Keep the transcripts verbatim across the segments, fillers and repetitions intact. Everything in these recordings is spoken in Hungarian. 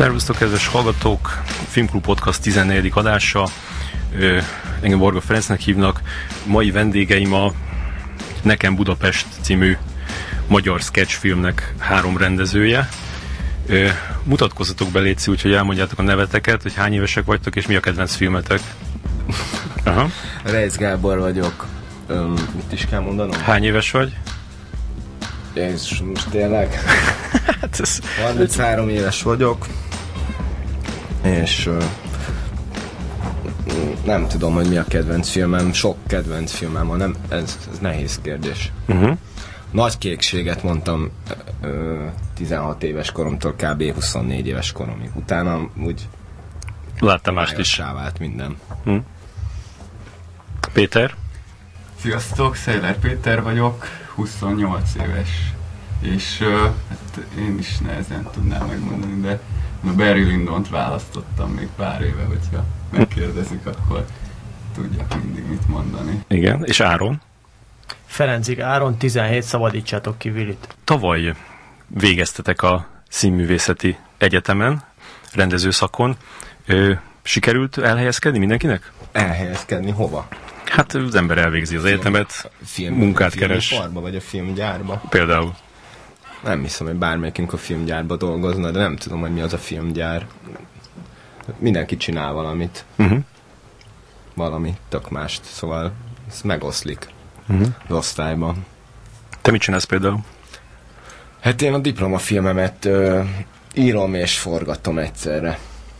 Szervusztok, kedves hallgatók! Filmklub Podcast tizennegyedik adása. Ö, engem Varga Ferencnek hívnak. Mai vendégeim a Nekem Budapest című magyar sketchfilmnek három rendezője. Ö, mutatkozzatok be, létszi, úgyhogy elmondjátok a neveteket, hogy hány évesek vagytok, és mi a kedvenc filmetek. Aha. Reisz Gábor vagyok. Öm, mit is kell mondanom? Hány éves vagy? Jézus, most tényleg? Hát ez... harminchárom éves vagyok, és ö, nem tudom, hogy mi a kedvenc filmem. Sok kedvenc filmem van, nem, ez, ez nehéz kérdés. Uh-huh. Nagy kékséget mondtam ö, tizenhat éves koromtól kb. huszonnégy éves koromig. Utána úgy láttam mást is. Vált minden. Hm. Péter? Sziasztok, Szejler Péter vagyok, huszonnyolc éves, és uh, hát én is nehezen tudnám megmondani, de a Barry Lyndont választottam még pár éve, hogyha megkérdezik, akkor tudjak mindig mit mondani. Igen, és Áron? Ferencik Áron, tizenhét, szabadítsátok ki Willit. Tavaly végeztetek a Színművészeti Egyetemen, rendezőszakon. Ö, sikerült elhelyezkedni mindenkinek? Elhelyezkedni hova? Hát az ember elvégzi az egyetemet, film, munkát film keres. Filmiparba vagy a filmgyárba? Például. Nem hiszem, hogy bármelyikünk a filmgyárba dolgozna, de nem tudom, hogy mi az a filmgyár. Mindenki csinál valamit. Uh-huh. Valami tök mást, szóval ez megoszlik uh-huh. az osztályban. Te mit csinálsz például? Hát én a diplomafilmemet ö, írom és forgatom egyszerre.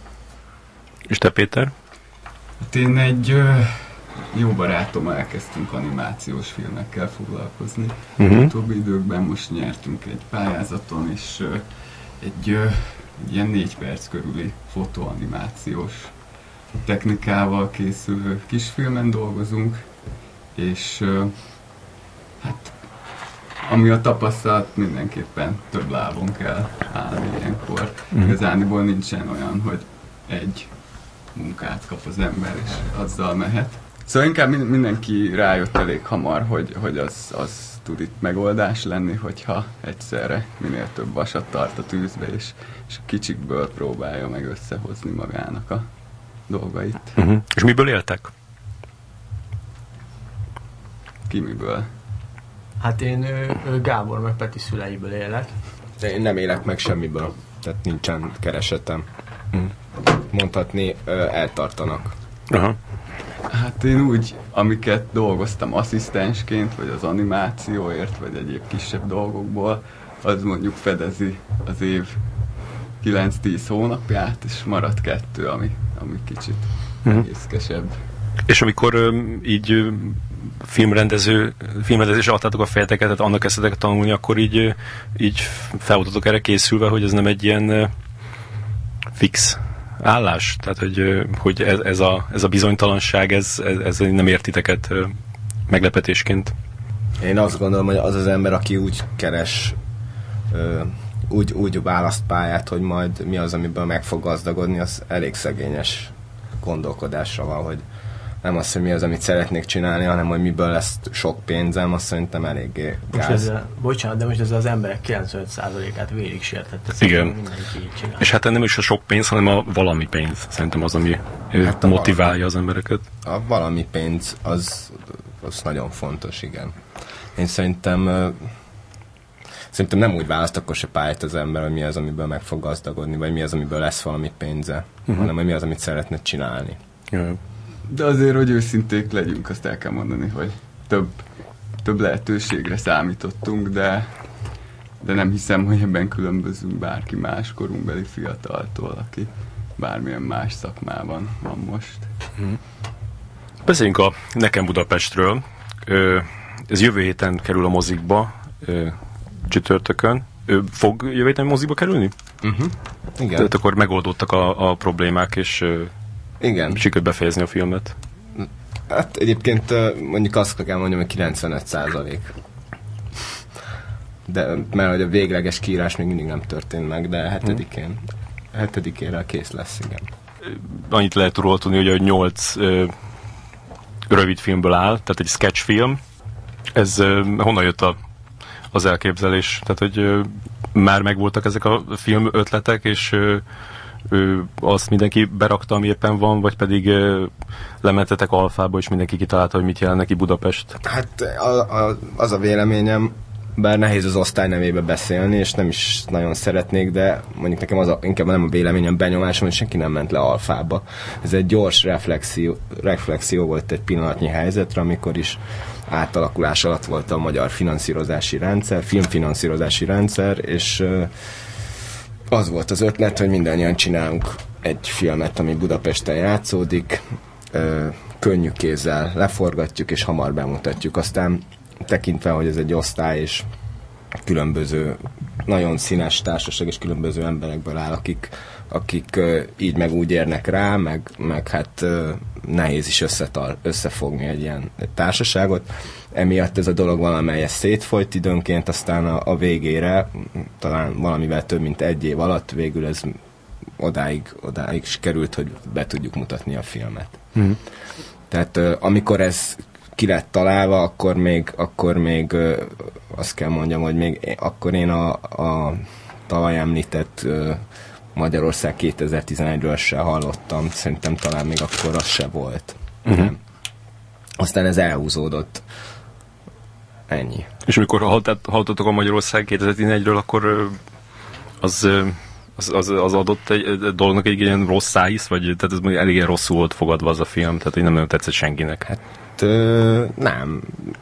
És te, Péter? Hát én egy ö, jó barátommal elkezdtünk animációs filmekkel foglalkozni. Uh-huh. Utóbbi időkben most nyertünk egy pályázaton, és ö, egy ö, ilyen négy perc körüli fotoanimációs technikával készülő kisfilmen dolgozunk, és ö, hát ami a tapasztalat, mindenképpen több lábon kell állni ilyenkor. Uh-huh. Igazániból nincsen olyan, hogy egy munkát kap az ember, és azzal mehet. Szóval inkább mindenki rájött elég hamar, hogy, hogy az, az tud itt megoldás lenni, hogyha egyszerre minél több vasat tart a tűzbe, és, és a kicsikből próbálja meg összehozni magának a dolgait. Uh-huh. És miből éltek? Ki miből? Hát én ő, ő Gábor meg Peti szüleiből élek. De én nem élek meg semmiből, tehát nincsen keresetem. Uh-huh. Mondhatni, eltartanak. Aha. Hát én úgy, amiket dolgoztam asszisztensként, vagy az animációért, vagy egyéb kisebb dolgokból, az mondjuk fedezi az év kilenc-tíz hónapját, és marad kettő, ami, ami kicsit nehézkesebb. Uh-huh. És amikor um, így filmrendező, filmrendezés adtátok a fejeteket, tehát annak kezdtetek tanulni, akkor így, így felvoltatok erre készülve, hogy ez nem egy ilyen uh, fix állás? Tehát, hogy, hogy ez, ez, a, ez a bizonytalanság, ez, ez, ez nem ért titeket uh, meglepetésként? Én azt gondolom, hogy az az ember, aki úgy keres, uh, úgy, úgy választ pályát, hogy majd mi az, amiből meg fog gazdagodni, az elég szegényes gondolkodásra van, hogy nem az, hogy mi az, amit szeretnék csinálni, hanem hogy miből lesz sok pénzem, azt szerintem eléggé gáz. Ez a, bocsánat, de most ez az emberek kilencvenöt százalékát végig sértette. Igen. És hát nem is a sok pénz, hanem a valami pénz. Szerintem az, ami hát motiválja valami, az embereket. A valami pénz, az, az nagyon fontos, igen. Én szerintem szerintem nem úgy választ akkor se pályát az ember, hogy mi az, amiből meg fog gazdagodni, vagy mi az, amiből lesz valami pénze, uh-huh. hanem hogy mi az, amit szeretne csinálni. Jaj. De azért, hogy őszinték legyünk, azt el kell mondani, hogy több, több lehetőségre számítottunk, de, de nem hiszem, hogy ebben különbözünk bárki más korunkbeli fiataltól, aki bármilyen más szakmában van most. Hmm. Beszéljünk a Nekem Budapestről. Ez jövő héten kerül a mozikba, csütörtökön. Fog jövő héten mozikba kerülni? Uh-huh. Igen. Tehát akkor megoldódtak a, a problémák, és igen. Sikerült befejezni a filmet. Hát egyébként mondjuk azt kell mondjam, hogy kilencvenöt százalék. De, mert hogy a végleges kiírás még mindig nem történt meg, de hetedikén, hetedikére kész lesz, igen. Annyit lehet róla tudni, hogy nyolc rövid filmből áll, tehát egy sketchfilm. Ez ö, honnan jött a, az elképzelés? Tehát, hogy ö, már megvoltak ezek a film ötletek, és ö, ő, azt mindenki berakta, ami éppen van, vagy pedig ö, lementetek alfába, és mindenki kitalálta, hogy mit jelent neki Budapest? Hát a, a, az a véleményem, bár nehéz az osztály nevébe beszélni, és nem is nagyon szeretnék, de mondjuk nekem az a, inkább nem a véleményem, benyomásom, hogy senki nem ment le alfába. Ez egy gyors reflexió, reflexió volt egy pillanatnyi helyzetre, amikor is átalakulás alatt volt a magyar finanszírozási rendszer, filmfinanszírozási rendszer, és az volt az ötlet, hogy mindannyian csinálunk egy filmet, ami Budapesten játszódik, könnyű kézzel leforgatjuk, és hamar bemutatjuk. Aztán tekintve, hogy ez egy osztály, és különböző, nagyon színes társaság, és különböző emberekből áll, akik, akik így meg úgy érnek rá, meg, meg hát nehéz is összetal, összefogni egy ilyen egy társaságot. Emiatt ez a dolog valamelyes szétfolyt időnként, aztán a, a végére, talán valamivel több mint egy év alatt végül ez odáig, odáig is került, hogy be tudjuk mutatni a filmet. Mm. Tehát amikor ez ki lett találva, akkor még, akkor még azt kell mondjam, hogy még akkor én a, a tavaly említett Magyarország kétezer-tizenegyről se hallottam, szerintem talán még akkor az se volt. Uh-huh. Aztán ez elhúzódott. Ennyi. És amikor hallottatok a Magyarország kétezer-tizenegyről, akkor az, az, az, az adott egy dolognak egy ilyen rossz szájíz, vagy tehát ez eléggé rosszul volt fogadva az a film, tehát hogy nem nagyon tetszett senkinek. Hát ö, nem.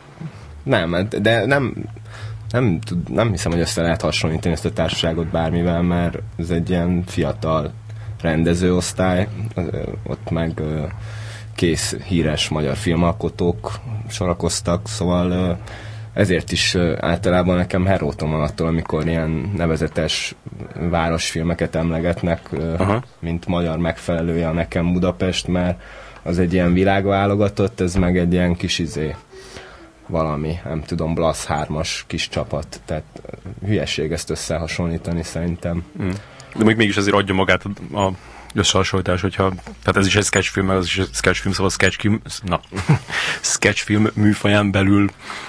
Nem, de nem Nem, tud, nem hiszem, hogy össze lehet hasonlítani ezt a társaságot bármivel, mert ez egy ilyen fiatal rendezőosztály, ott meg kész híres magyar filmalkotók sorakoztak, szóval ezért is általában nekem herótom van attól, amikor ilyen nevezetes városfilmeket emlegetnek, aha, mint magyar megfelelője a Nekem Budapest, mert az egy ilyen világválogatott, ez meg egy ilyen kis izé valami, nem tudom, Blasz hármas kis csapat, tehát hülyeség ezt összehasonlítani szerintem. Mm. De még mégis azért adja magát a összehasonlítás, hogyha, tehát ez is egy sketchfilm, meg az is egy sketchfilm, szóval sketchfilm, na, sketchfilm műfaján belül,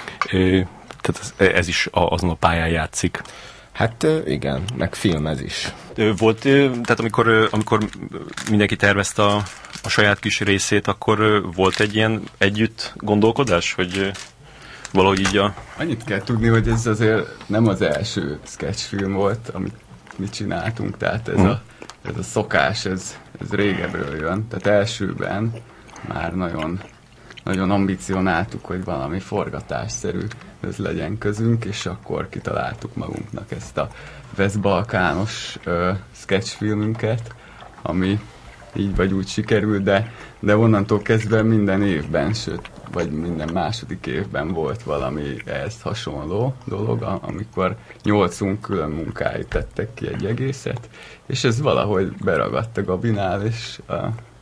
tehát ez, ez is azon a pályán játszik. Hát igen, meg film ez is. Volt, tehát amikor, amikor mindenki tervezte a, a saját kis részét, akkor volt egy ilyen együtt gondolkodás, hogy valahogy így a... Annyit kell tudni, hogy ez azért nem az első sketchfilm volt, amit mi csináltunk, tehát ez, hmm. a, ez a szokás, ez, ez régebről jön. Tehát elsőben már nagyon, nagyon ambicionáltuk, hogy valami forgatásszerű ez legyen közünk, és akkor kitaláltuk magunknak ezt a West-balkános uh, sketchfilmünket, ami így vagy úgy sikerült, de, de onnantól kezdve minden évben, sőt, vagy minden második évben volt valami ehhez hasonló dolog, amikor nyolcunk külön munkáit tettek ki egy egészet, és ez valahogy beragadt a Gabinál, és uh,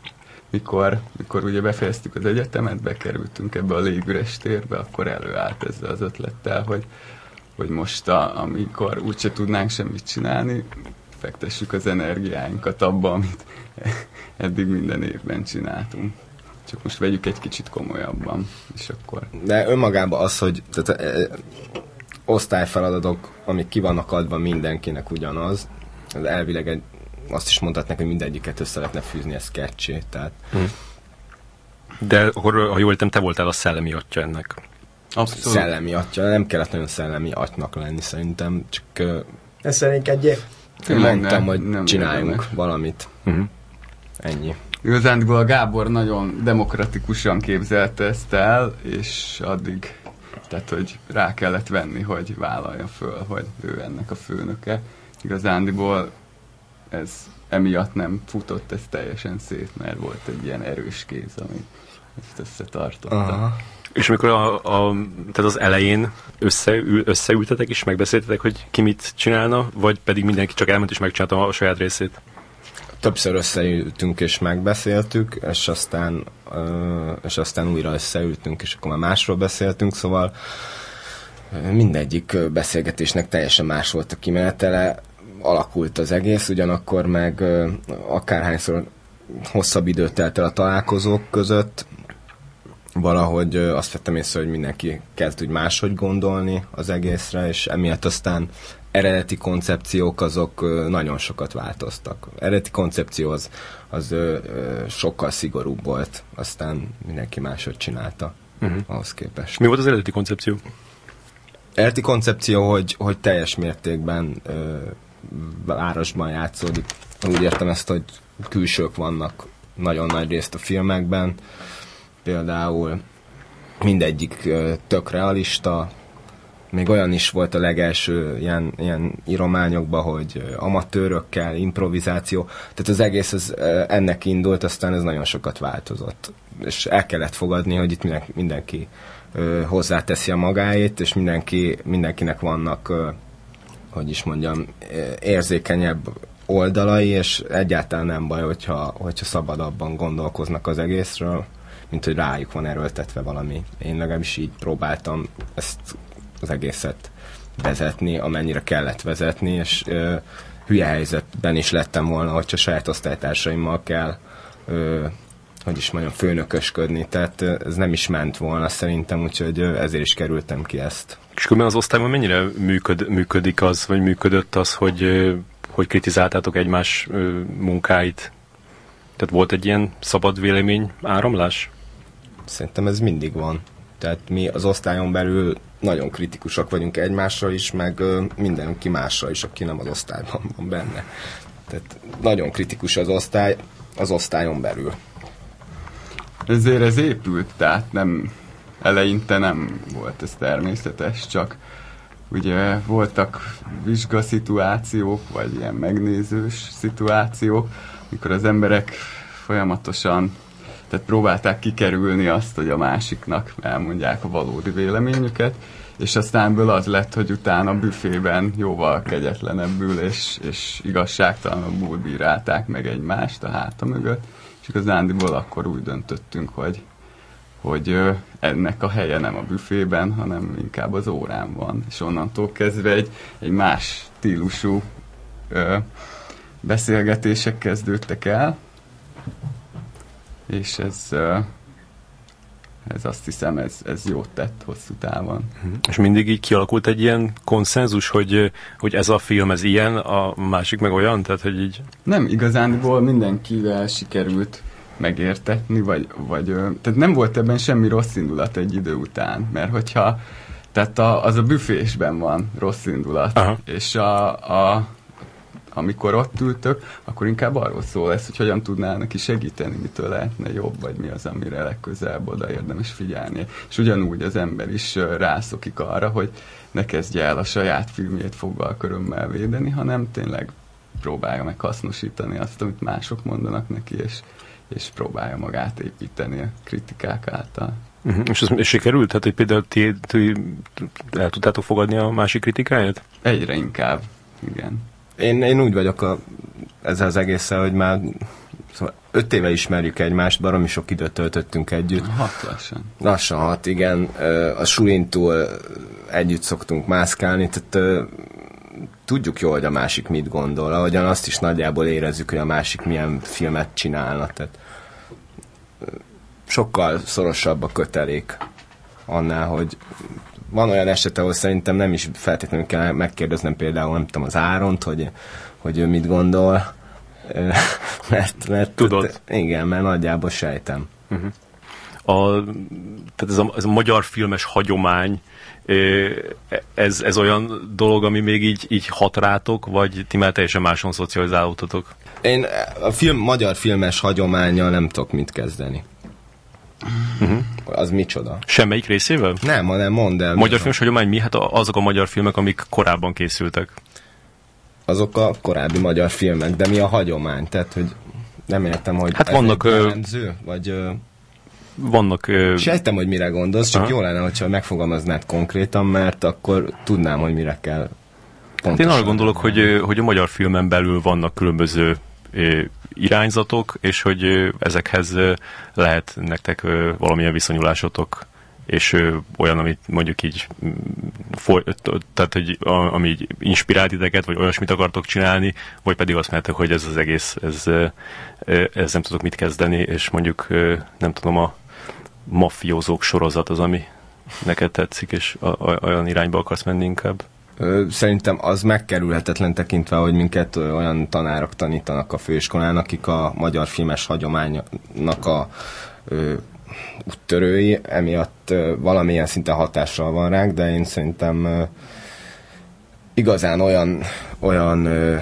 mikor, mikor ugye befejeztük az egyetemet, bekerültünk ebbe a légüres térbe, akkor előállt ezzel az ötlettel, hogy, hogy most, a, amikor úgyse tudnánk semmit csinálni, fektessük az energiáinkat abba, amit eddig minden évben csináltunk. Csak most vegyük egy kicsit komolyabban, és akkor... De önmagában az, hogy tehát, e, osztályfeladatok, amik ki vannak adva mindenkinek ugyanaz, az elvileg egy, azt is mondhatnak, hogy mindegyiket össze lehetne fűzni a sketchét, tehát... Hmm. De akkor, ha jól értem, te voltál a szellemi atya ennek. Abszolút. Szellemi atya, nem kellett nagyon szellemi atynak lenni szerintem, csak... Ez szerénykedjél. Mondtam, hogy nem csináljunk nem valamit. Uh-huh. Ennyi. Igazándiból a Gábor nagyon demokratikusan képzelte ezt el, és addig, tehát hogy rá kellett venni, hogy vállalja föl, hogy ő ennek a főnöke. Igazándiból ez emiatt nem futott ez teljesen szét, mert volt egy ilyen erős kéz, ami ezt összetartotta. Aha. És amikor a, a, tehát az elején összeül, összeültetek és megbeszéltetek, hogy ki mit csinálna, vagy pedig mindenki csak elment és megcsinálta a saját részét? Többször összeültünk és megbeszéltük, és aztán, és aztán újra összeültünk, és akkor már másról beszéltünk, szóval mindegyik beszélgetésnek teljesen más volt a kimenetele, alakult az egész, ugyanakkor meg akárhányszor hosszabb időt telt el a találkozók között, valahogy azt vettem észre, hogy mindenki kezd úgy máshogy gondolni az egészre, és emiatt aztán eredeti koncepciók azok nagyon sokat változtak. Eredeti koncepció az, az ö, ö, sokkal szigorúbb volt, aztán mindenki máshogy csinálta uh-huh. ahhoz képest. Mi volt az eredeti koncepció? Eredeti koncepció, hogy, hogy teljes mértékben ö, városban játszódik. Úgy értem ezt, hogy külsők vannak nagyon nagy részt a filmekben. Például mindegyik ö, tök realista. Még olyan is volt a legelső ilyen, ilyen írományokban, hogy amatőrökkel, improvizáció. Tehát az egész az, ennek indult, aztán ez nagyon sokat változott. És el kellett fogadni, hogy itt mindenki, mindenki ö, hozzáteszi a magáét, és mindenki, mindenkinek vannak, ö, hogy is mondjam, érzékenyebb oldalai, és egyáltalán nem baj, hogyha, hogyha szabadabban gondolkoznak az egészről, mint hogy rájuk van erőltetve valami. Én legalábbis így próbáltam ezt az egészet vezetni, amennyire kellett vezetni, és ö, hülye helyzetben is lettem volna, hogyha saját osztálytársaimmal kell ö, hogy is mondjam, főnökösködni, tehát ö, ez nem is ment volna szerintem, úgyhogy ö, ezért is kerültem ki ezt. És különben az osztályban mennyire működ, működik az, vagy működött az, hogy, ö, hogy kritizáltátok egymás ö, munkáit? Tehát volt egy ilyen szabad vélemény áramlás? Szerintem ez mindig van. Tehát mi az osztályon belül nagyon kritikusak vagyunk egymással is, meg ö, mindenki másra is, aki nem az osztályban van benne. Tehát nagyon kritikus az osztály, az osztályon belül. Ezért ez épült, tehát nem, eleinte nem volt ez természetes, csak ugye voltak vizsgaszituációk, vagy ilyen megnézős szituációk, mikor az emberek folyamatosan tehát próbálták kikerülni azt, hogy a másiknak elmondják a valódi véleményüket, és aztán ebből az lett, hogy utána a büfében jóval kegyetlenebbül és, és igazságtalanabbul bírálták meg egymást a háta mögött, és igazándiból akkor úgy döntöttünk, hogy, hogy ennek a helye nem a büfében, hanem inkább az órán van, és onnantól kezdve egy, egy más stílusú ö, beszélgetések kezdődtek el, és ez, ez azt hiszem, ez, ez jót tett hosszú távon. És mindig így kialakult egy ilyen konszenzus, hogy, hogy ez a film, ez ilyen, a másik meg olyan? Tehát, hogy így... Nem, igazándiból mindenkivel sikerült megértetni, vagy, vagy tehát nem volt ebben semmi rossz indulat egy idő után, mert hogyha tehát a, az a büfésben van rossz indulat, aha. és a, a amikor ott ültök, akkor inkább arról szól lesz, hogy hogyan tudnál neki segíteni, mitől lehetne jobb, vagy mi az, amire legközelebb oda érdemes figyelni. És ugyanúgy az ember is rászokik arra, hogy ne kezdje el a saját filmjét foggal körömmel védeni, hanem tényleg próbálja meg hasznosítani azt, amit mások mondanak neki, és, és próbálja magát építeni a kritikák által. Uh-huh. És ez és sikerült? Tehát, hogy például ti, ti el tudtátok fogadni a másik kritikáját? Egyre inkább, igen. Én, én úgy vagyok a, ezzel az egésszel, hogy már szóval öt éve ismerjük egymást, baromi sok időt töltöttünk együtt. Hat lassan. Lassan hat, igen. A sulin túl együtt szoktunk mászkálni, tehát tudjuk jól, hogy a másik mit gondol. Ahogyan azt is nagyjából érezzük, hogy a másik milyen filmet csinálna. Tehát sokkal szorosabb a kötelék annál, hogy van olyan eset, ahol szerintem nem is feltétlenül kell megkérdeznem például, nem tudom, az Áront, hogy, hogy ő mit gondol. mert, mert Tudod? Igen, mert nagyjából sejtem. Uh-huh. A, tehát ez a, ez a magyar filmes hagyomány, ez, ez olyan dolog, ami még így, így hat rátok, vagy ti már teljesen máson szocializálódtatok? Én a film, magyar filmes hagyománnyal nem tudok mit kezdeni. Uh-huh. Az micsoda? Semmelyik részével? Nem, hanem mondd el. Magyar filmes hagyomány mi? Hát azok a magyar filmek, amik korábban készültek. Azok a korábbi magyar filmek, de mi a hagyomány? Tehát, hogy nem értem, hogy hát vannak, egy jellemző, vagy... Ö... Vannak... Ö... Sejtem, hogy mire gondolsz, csak aha. jó lenne, hogyha megfogalmaznád konkrétan, mert akkor tudnám, hogy mire kell hát én arra gondolok, hogy, hogy a magyar filmen belül vannak különböző irányzatok, és hogy ezekhez lehet nektek valamilyen viszonyulásotok, és olyan, amit mondjuk így tehát, hogy ami így inspirált titeket, vagy olyasmit akartok csinálni, vagy pedig azt mondjátok, hogy ez az egész, ez, ez nem tudok mit kezdeni, és mondjuk nem tudom, a mafiózók sorozat az, ami neked tetszik, és olyan irányba akarsz menni inkább. Szerintem az megkerülhetetlen tekintve, hogy minket olyan tanárok tanítanak a főiskolán, akik a magyar filmes hagyománynak a ö, úttörői, emiatt ö, valamilyen szinte hatással van ránk, de én szerintem ö, igazán olyan olyan ö,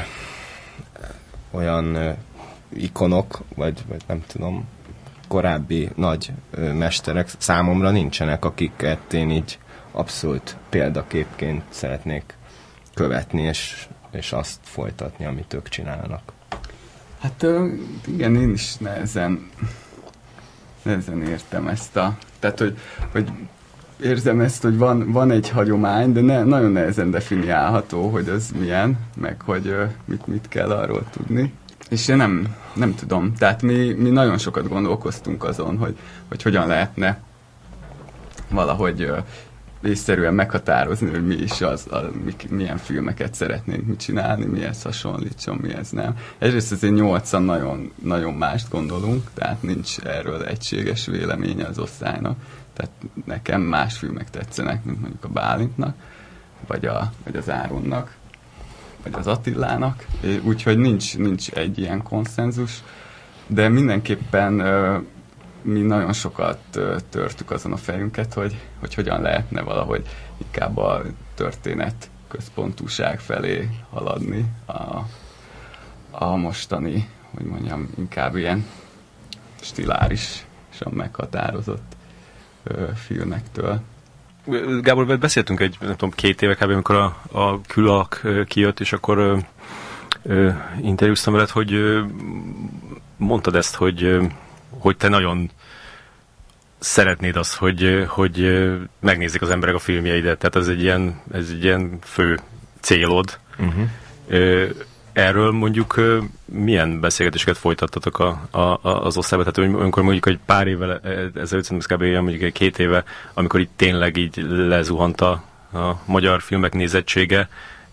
olyan ö, ikonok, vagy, vagy nem tudom, korábbi nagy ö, mesterek számomra nincsenek, akiket én így abszolút példaképként szeretnék követni, és, és azt folytatni, amit ők csinálnak. Hát igen, én is nehezen, nehezen értem ezt a... Tehát, hogy, hogy érzem ezt, hogy van, van egy hagyomány, de ne, nagyon nehezen definiálható, hogy az milyen, meg hogy mit, mit kell arról tudni. És én nem, nem tudom. Tehát mi, mi nagyon sokat gondolkoztunk azon, hogy, hogy hogyan lehetne valahogy észszerűen meghatározni, hogy mi is az, a, mi, milyen filmeket szeretnénk mit csinálni, mihez hasonlítson, mihez nem. Egyrészt azért nyolcan nagyon, nagyon mást gondolunk, tehát nincs erről egységes véleménye az osztálynak. Tehát nekem más filmek tetszenek, mint mondjuk a Bálintnak, vagy, a, vagy az Áronnak, vagy az Attilának. Úgyhogy nincs, nincs egy ilyen konszenzus, de mindenképpen mi nagyon sokat törtük azon a fejünket, hogy, hogy hogyan lehetne valahogy inkább a történet központúság felé haladni a, a mostani, hogy mondjam, inkább ilyen stilárisan meghatározott ö, filmektől. Gábor, beszéltünk egy, nem tudom, két éve kb. Amikor a, a Külak kijött, és akkor ö, ö, interjúztam veled, hogy ö, mondtad ezt, hogy ö, hogy te nagyon szeretnéd azt, hogy, hogy megnézzék az emberek a filmjeidet. Tehát ez egy ilyen, ez egy ilyen fő célod. Uh-huh. Erről mondjuk milyen beszélgetéseket folytattatok a, a, az osztályban? Tehát amikor mondjuk egy pár évvel ezelőtt, kb. Mondjuk egy két éve, amikor itt tényleg így lezuhant a, a magyar filmek nézettsége,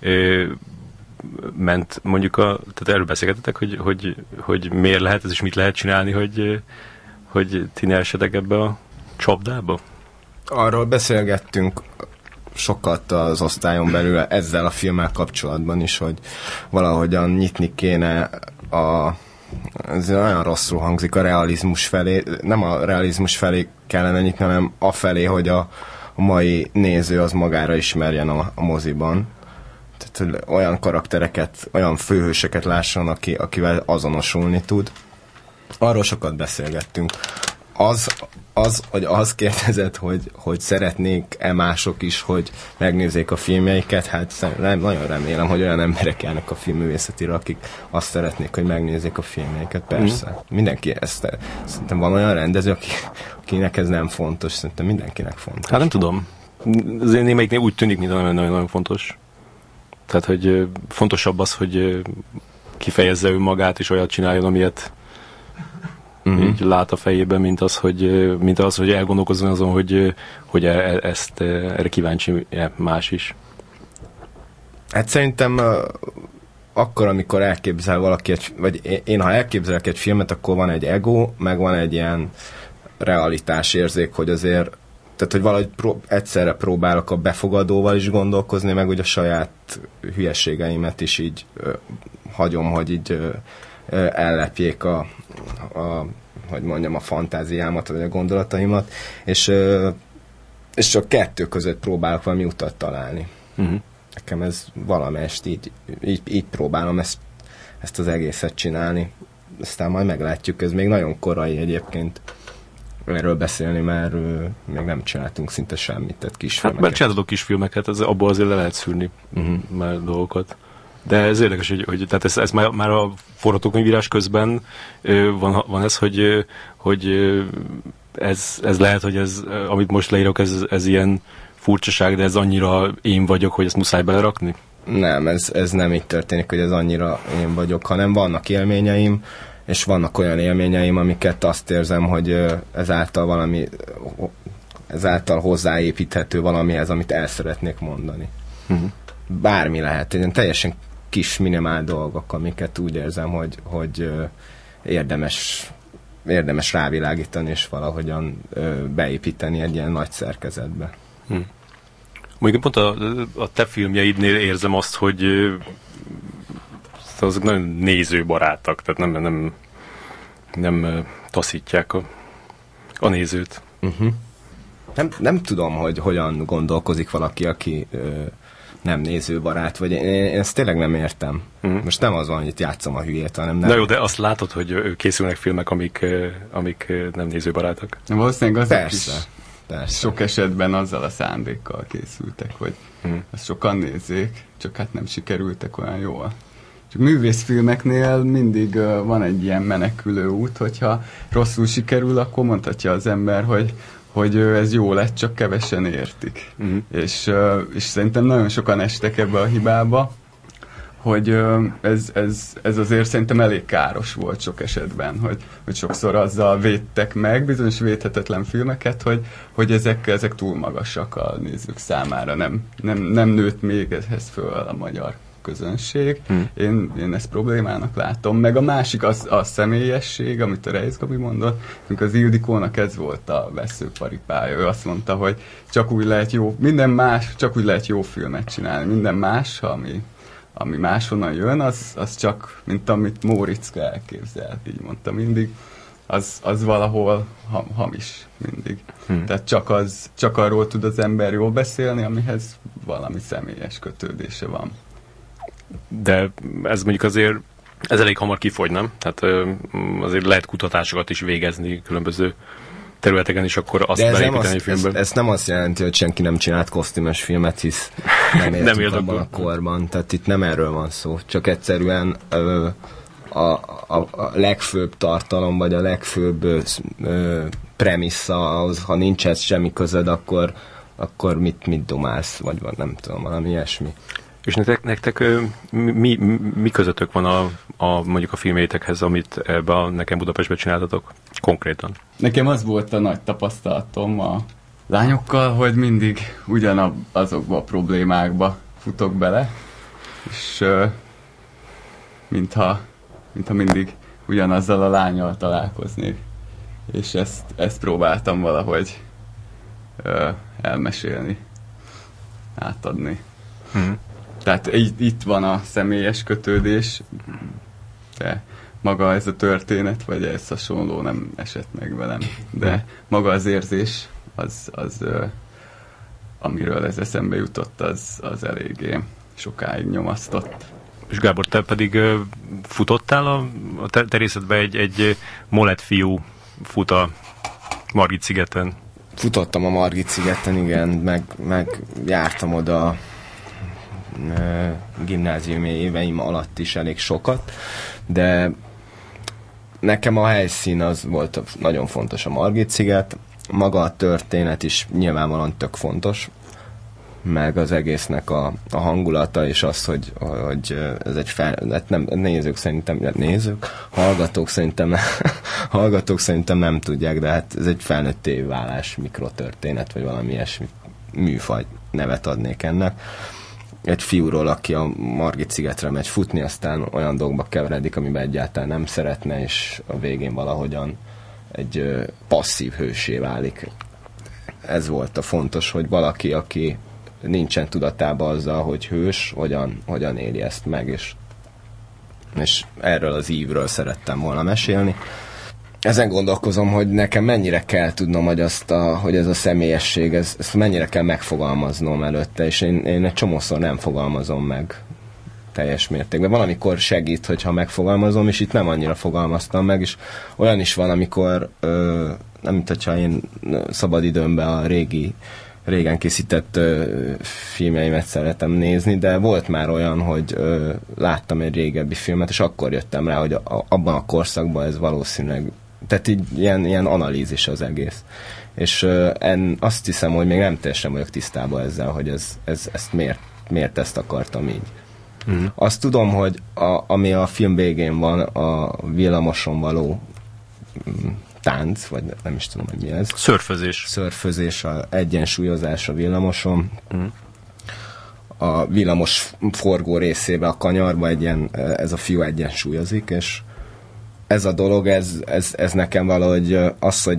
ment mondjuk a, tehát erről beszélgetetek, hogy, hogy, hogy miért lehet ez, és mit lehet csinálni, hogy, hogy ti ne esetek ebbe a csapdába? Arról beszélgettünk sokat az osztályon belül ezzel a filmmel kapcsolatban is, hogy valahogyan nyitni kéne a, ez olyan rosszul hangzik, a realizmus felé, nem a realizmus felé kellene nyitni, hanem a felé, hogy a, a mai néző az magára ismerjen a, a moziban. Tehát olyan karaktereket, olyan főhősöket lásson, aki, akivel azonosulni tud. Arról sokat beszélgettünk. Az, az hogy az kérdezett, hogy, hogy szeretnék-e mások is, hogy megnézzék a filmjeiket, hát nem, nagyon remélem, hogy olyan emberek járnak a filmművészetire, akik azt szeretnék, hogy megnézzék a filmjeiket. Persze. Mm. Mindenki ezt, szerintem van olyan rendező, aki, akinek ez nem fontos, szerintem mindenkinek fontos. Hát nem tudom. Az én némelyiknél úgy tűnik, mint nagyon-nagyon fontos. Tehát, hogy fontosabb az, hogy kifejezze ő magát, és olyat csináljon, amilyet uh-huh. így lát a fejében, mint az, hogy, mint az, hogy elgondolkozzon azon, hogy, hogy ezt, erre kíváncsi más is. Hát szerintem akkor, amikor elképzel valaki, egy, vagy én, ha elképzelek egy filmet, akkor van egy ego, meg van egy ilyen realitás érzék, hogy azért tehát, hogy valahogy pró- egyszerre próbálok a befogadóval is gondolkozni, meg hogy a saját hülyeségeimet is így ö, hagyom, hogy így ö, ö, ellepjék a, a, hogy mondjam, a fantáziámat, vagy a gondolataimat, és, ö, és a kettő között próbálok valami utat találni. Uh-huh. Nekem ez valamelyest így, így, így próbálom ezt, ezt az egészet csinálni. Aztán majd meglátjuk, ez még nagyon korai egyébként erről beszélni, mert uh, még nem csináltunk szinte semmit, tehát kisfilmeket. Hát, mert csináltatok kisfilmeket, ez, abból azért le lehet szűrni uh-huh. már dolgokat. De ez érdekes, hogy, hogy tehát ez, ez már, már a forgatókönyvírás közben uh, van, van ez, hogy, hogy ez, ez lehet, hogy ez, amit most leírok, ez, ez ilyen furcsaság, de ez annyira én vagyok, hogy ezt muszáj belerakni? Nem, ez, ez nem így történik, hogy ez annyira én vagyok, hanem vannak élményeim, és vannak olyan élményeim, amiket azt érzem, hogy ezáltal valami, ezáltal hozzáépíthető valamihez, amit el szeretnék mondani. Uh-huh. Bármi lehet, egy teljesen kis, minimál dolgok, amiket úgy érzem, hogy, hogy érdemes, érdemes rávilágítani, és valahogyan beépíteni egy ilyen nagy szerkezetbe. Hmm. Mondjuk pont a, a te filmjeidnél érzem azt, hogy azok nagyon nézőbarátak, tehát nem, nem, nem taszítják a, a nézőt. Uh-huh. Nem, nem tudom, hogy hogyan gondolkozik valaki, aki ö, nem nézőbarát, vagy én, én ezt tényleg nem értem. Uh-huh. Most nem az van, hogy itt játszom a hülyét, hanem nem. Na jó, de azt látod, hogy készülnek filmek, amik, amik nem nézőbarátok? Valószínűleg azok Persze. is Persze. sok esetben azzal a szándékkal készültek, hogy uh-huh. azt sokan nézzék, csak hát nem sikerültek olyan jól. Csak művészfilmeknél mindig uh, van egy ilyen menekülő út, hogyha rosszul sikerül, akkor mondhatja az ember, hogy hogy ez jó lett, csak kevesen értik. Uh-huh. És, és szerintem nagyon sokan estek ebbe a hibába, hogy ez, ez, ez azért szerintem elég káros volt sok esetben, hogy, hogy sokszor azzal védtek meg bizonyos védhetetlen filmeket, hogy, hogy ezek, ezek túl magasak a nézők számára, nem, nem, nem nőtt még ehhez föl a magyar közönség. Hmm. Én, én ezt problémának látom. Meg a másik az a személyesség, amit a Reisz Gabi mondott, amikor az Ildikónak ez volt a veszőparipája. Ő azt mondta, hogy csak úgy lehet jó, minden más, csak úgy lehet jó filmet csinálni. Minden más, ami, ami máshonnan jön, az, az csak, mint amit Móriczka elképzel, így mondta mindig, az, az valahol ham, hamis mindig. Hmm. Tehát csak, az, csak arról tud az ember jól beszélni, amihez valami személyes kötődése van. De ez mondjuk azért, ez elég hamar kifogy, nem? Tehát azért lehet kutatásokat is végezni különböző területeken, és akkor azt beépíteni a filmben. Ez, ez nem azt jelenti, hogy senki nem csinált kosztümös filmet, hisz nem éltünk nem abban a korban. Tehát itt nem erről van szó. Csak egyszerűen ö, a, a, a legfőbb tartalom, vagy a legfőbb ö, premissza, az, ha nincs ez semmi közöd, akkor, akkor mit, mit domálsz, vagy van, nem tudom, valami ilyesmi. És nektek, nektek mi, mi közöttök van a, a, mondjuk a filmjeitekhez, amit ebbe a Nekem Budapestben csináltatok konkrétan? Nekem az volt a nagy tapasztalatom a lányokkal, hogy mindig ugyanazokba a problémákba futok bele, és uh, mintha, mintha mindig ugyanazzal a lánnyal találkoznék. És ezt, ezt próbáltam valahogy uh, elmesélni, átadni. Hmm. Tehát itt, itt van a személyes kötődés, de maga ez a történet, vagy ez hasonló nem esett meg velem. De maga az érzés, az, az amiről ez eszembe jutott, az, az eléggé sokáig nyomasztott. És Gábor, te pedig futottál a, a terészetben egy, egy molett fiú fut a Margit-szigeten? Futottam a Margit-szigeten, igen, meg, meg jártam oda gimnáziumi éveim alatt is elég sokat, de nekem a helyszín az volt nagyon fontos, a Margit-sziget, maga a történet is nyilvánvalóan tök fontos, meg az egésznek a, a hangulata, és az, hogy, hogy ez egy fel, nem, nézők szerintem, nézők, hallgatók szerintem, hallgatók szerintem nem tudják, de hát ez egy felnőtté válás mikrotörténet, vagy valami ilyesmi műfaj nevet adnék ennek. Egy fiúról, aki a Margit-szigetre megy futni, aztán olyan dolgokba keveredik, amiben egyáltalán nem szeretne, és a végén valahogyan egy ö, passzív hőssé válik. Ez volt a fontos, hogy valaki, aki nincsen tudatában azzal, hogy hős, hogyan, hogyan éli ezt meg, és, és erről az ívről szerettem volna mesélni. Ezen gondolkozom, hogy nekem mennyire kell tudnom, hogy, azt a, hogy ez a személyesség, ez, ezt mennyire kell megfogalmaznom előtte, és én, én egy csomószor nem fogalmazom meg teljes mértékben. Valamikor segít, hogyha megfogalmazom, és itt nem annyira fogalmaztam meg, és olyan is van, amikor ö, nem mint hogyha én szabadidőmben a régi, régen készített ö, filmjeimet szeretem nézni, de volt már olyan, hogy ö, láttam egy régebbi filmet, és akkor jöttem rá, hogy a, abban a korszakban ez valószínűleg, tehát így ilyen, ilyen analízis az egész. És ö, en, azt hiszem, hogy még nem teljesen vagyok tisztában ezzel, hogy ez, ez, ezt miért, miért ezt akartam így. Mm. Azt tudom, hogy a, ami a film végén van, a villamoson való mm, tánc, vagy nem is tudom, hogy mi ez. Szörfözés. Szörfözés, a egyensúlyozás a villamoson. Mm. A villamos forgó részébe, a kanyarba egy ilyen, ez a fiú egyensúlyozik, és ez a dolog, ez, ez, ez nekem valahogy az, hogy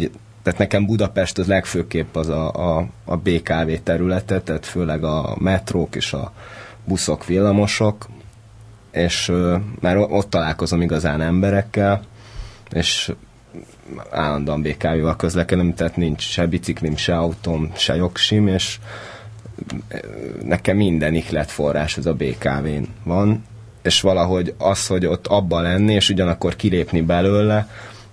tehát nekem Budapest az legfőképp az a, a, a bé ká vé területe, tehát főleg a metrók és a buszok, villamosok, és uh, már ott találkozom igazán emberekkel, és állandóan bé ká véval közlekedem, tehát nincs se biciklim, se autóm, se jogsim, és nekem minden ihletforrás az a bé ká vén van, és valahogy az, hogy ott abban lenni, és ugyanakkor kilépni belőle,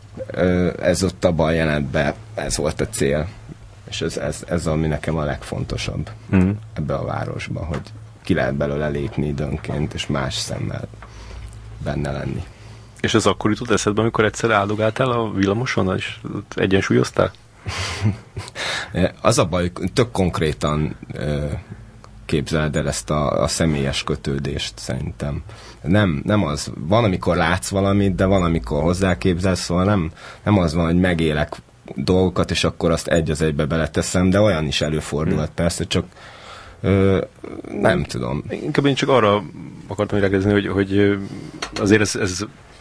ez ott abban a jelentben, ez volt a cél. És ez, ez, ez ami nekem a legfontosabb mm. ebbe a városba, hogy ki lehet belőle lépni időnként, és más szemmel benne lenni. És ez akkor jutott eszedbe, amikor egyszer áldogáltál a villamoson, és egyensúlyoztál? Az a baj, tök konkrétan képzeld el ezt a, a személyes kötődést, szerintem. Nem, nem az, van, amikor látsz valamit, de van, amikor hozzáképzelsz, szóval nem, nem az van, hogy megélek dolgokat, és akkor azt egy az egybe beleteszem, de olyan is előfordulhat, hmm. persze, csak ö, nem tudom. Inkább én csak arra akartam rákérdezni, hogy, hogy azért ez, ez,